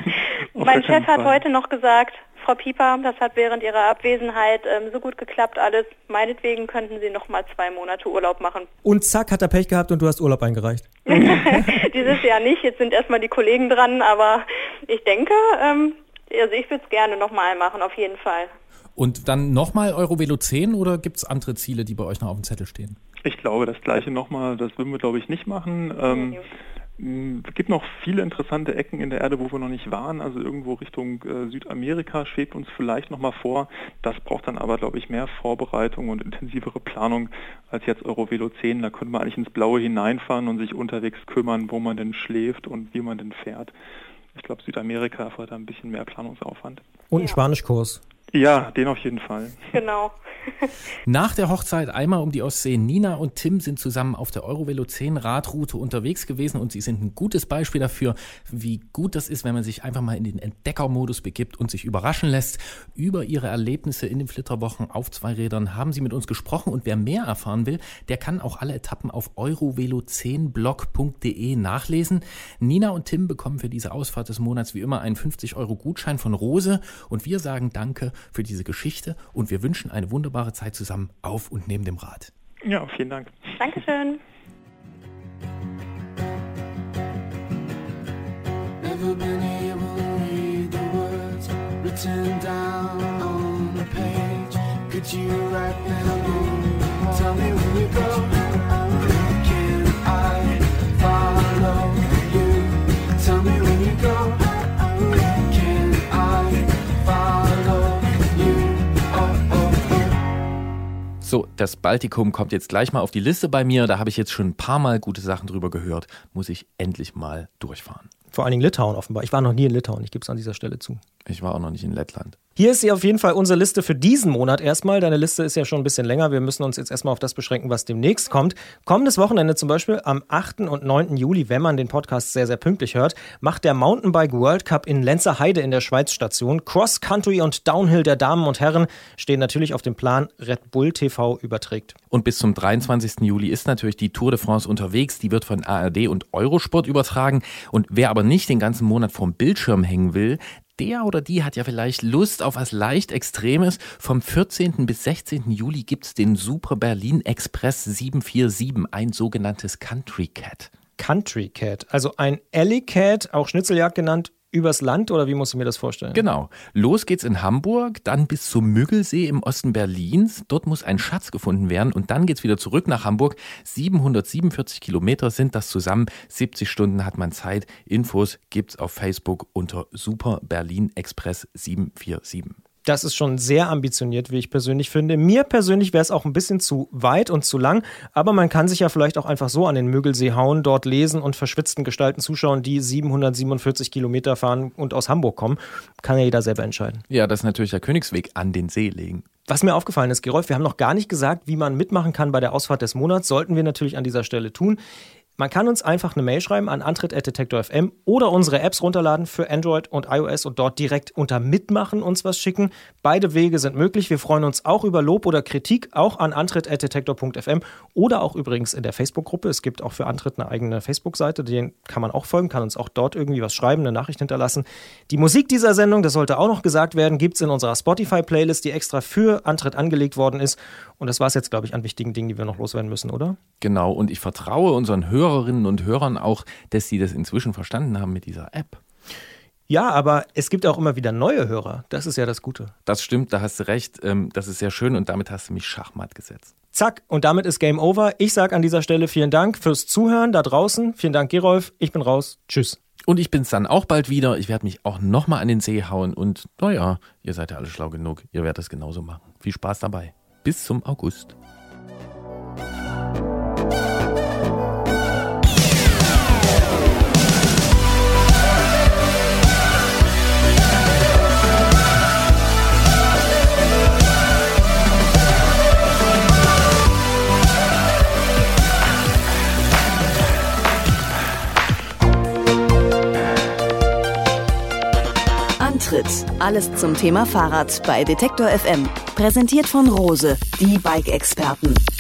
Mein Chef hat heute noch gesagt, Frau Pieper, das hat während Ihrer Abwesenheit ähm, so gut geklappt alles. Meinetwegen könnten Sie noch mal zwei Monate Urlaub machen. Und zack, hat er Pech gehabt und du hast Urlaub eingereicht. Dieses Jahr nicht, jetzt sind erstmal die Kollegen dran, aber ich denke, ähm, also ich würde es gerne nochmal machen, auf jeden Fall. Und dann nochmal Eurovelo zehn oder gibt es andere Ziele, die bei euch noch auf dem Zettel stehen? Ich glaube, das gleiche nochmal, das würden wir glaube ich nicht machen. Ähm, Es gibt noch viele interessante Ecken in der Erde, wo wir noch nicht waren. Also irgendwo Richtung äh, Südamerika schwebt uns vielleicht noch mal vor. Das braucht dann aber, glaube ich, mehr Vorbereitung und intensivere Planung als jetzt Eurovelo zehn. Da könnte man eigentlich ins Blaue hineinfahren und sich unterwegs kümmern, wo man denn schläft und wie man denn fährt. Ich glaube, Südamerika erfordert ein bisschen mehr Planungsaufwand. Und ein ja. Spanischkurs. Ja, den auf jeden Fall. Genau. Nach der Hochzeit einmal um die Ostsee. Nina und Tim sind zusammen auf der Eurovelo zehn Radroute unterwegs gewesen und sie sind ein gutes Beispiel dafür, wie gut das ist, wenn man sich einfach mal in den Entdeckermodus begibt und sich überraschen lässt. Über ihre Erlebnisse in den Flitterwochen auf Zweirädern haben sie mit uns gesprochen und wer mehr erfahren will, der kann auch alle Etappen auf eurovelo zehn blog punkt de nachlesen. Nina und Tim bekommen für diese Ausfahrt des Monats wie immer einen fünfzig Euro Gutschein von Rose und wir sagen Danke für diese Geschichte und wir wünschen eine wunderbare Zeit zusammen auf und neben dem Rad. Ja, vielen Dank. Dankeschön. Never been able to read the words written down on the page. Could you write them in? Tell me when you go. Can I follow you? Tell me when you go. Can I follow you? Oh, oh, oh. So, das Baltikum kommt jetzt gleich mal auf die Liste bei mir. Da habe ich jetzt schon ein paar Mal gute Sachen drüber gehört. Muss ich endlich mal durchfahren. Vor allen Dingen Litauen offenbar. Ich war noch nie in Litauen, ich gebe es an dieser Stelle zu. Ich war auch noch nicht in Lettland. Hier ist sie auf jeden Fall unsere Liste für diesen Monat erstmal. Deine Liste ist ja schon ein bisschen länger. Wir müssen uns jetzt erstmal auf das beschränken, was demnächst kommt. Kommendes Wochenende zum Beispiel am achten und neunten Juli, wenn man den Podcast sehr, sehr pünktlich hört, macht der Mountainbike World Cup in Lenzerheide in der Schweiz Station. Cross Country und Downhill der Damen und Herren stehen natürlich auf dem Plan. Red Bull T V überträgt. Und bis zum dreiundzwanzigsten Juli ist natürlich die Tour de France unterwegs. Die wird von A R D und Eurosport übertragen. Und wer aber nicht den ganzen Monat vorm Bildschirm hängen will, der oder die hat ja vielleicht Lust auf was leicht Extremes. Vom vierzehnten bis sechzehnten Juli gibt's den Super Berlin Express sieben vier sieben, ein sogenanntes Country Cat. Country Cat, also ein Alley Cat, auch Schnitzeljagd genannt, übers Land oder wie muss ich mir das vorstellen? Genau. Los geht's in Hamburg, dann bis zum Müggelsee im Osten Berlins. Dort muss ein Schatz gefunden werden und dann geht's wieder zurück nach Hamburg. siebenhundertsiebenundvierzig Kilometer sind das zusammen. siebzig Stunden hat man Zeit. Infos gibt's auf Facebook unter Super Berlin Express sieben vier sieben. Das ist schon sehr ambitioniert, wie ich persönlich finde. Mir persönlich wäre es auch ein bisschen zu weit und zu lang, aber man kann sich ja vielleicht auch einfach so an den Müggelsee hauen, dort lesen und verschwitzten Gestalten zuschauen, die siebenhundertsiebenundvierzig Kilometer fahren und aus Hamburg kommen. Kann ja jeder selber entscheiden. Ja, das ist natürlich der Königsweg, an den See legen. Was mir aufgefallen ist, Gerolf, wir haben noch gar nicht gesagt, wie man mitmachen kann bei der Ausfahrt des Monats. Sollten wir natürlich an dieser Stelle tun. Man kann uns einfach eine Mail schreiben an antritt at detektor punkt f m oder unsere Apps runterladen für Android und iOS und dort direkt unter Mitmachen uns was schicken. Beide Wege sind möglich. Wir freuen uns auch über Lob oder Kritik, auch an antritt at detektor punkt f m oder auch übrigens in der Facebook-Gruppe. Es gibt auch für Antritt eine eigene Facebook-Seite, den kann man auch folgen, kann uns auch dort irgendwie was schreiben, eine Nachricht hinterlassen. Die Musik dieser Sendung, das sollte auch noch gesagt werden, gibt es in unserer Spotify-Playlist, die extra für Antritt angelegt worden ist. Und das war es jetzt, glaube ich, an wichtigen Dingen, die wir noch loswerden müssen, oder? Genau, und ich vertraue unseren Hörerinnen und Hörern auch, dass sie das inzwischen verstanden haben mit dieser App. Ja, aber es gibt auch immer wieder neue Hörer. Das ist ja das Gute. Das stimmt, da hast du recht. Das ist sehr schön und damit hast du mich schachmatt gesetzt. Zack, und damit ist Game Over. Ich sage an dieser Stelle vielen Dank fürs Zuhören da draußen. Vielen Dank, Gerolf. Ich bin raus. Tschüss. Und ich bin's dann auch bald wieder. Ich werde mich auch nochmal an den See hauen. Und naja, ihr seid ja alle schlau genug. Ihr werdet das genauso machen. Viel Spaß dabei. Bis zum August. Antritt. Alles zum Thema Fahrrad bei Detektor F M. Präsentiert von Rose, die Bike-Experten.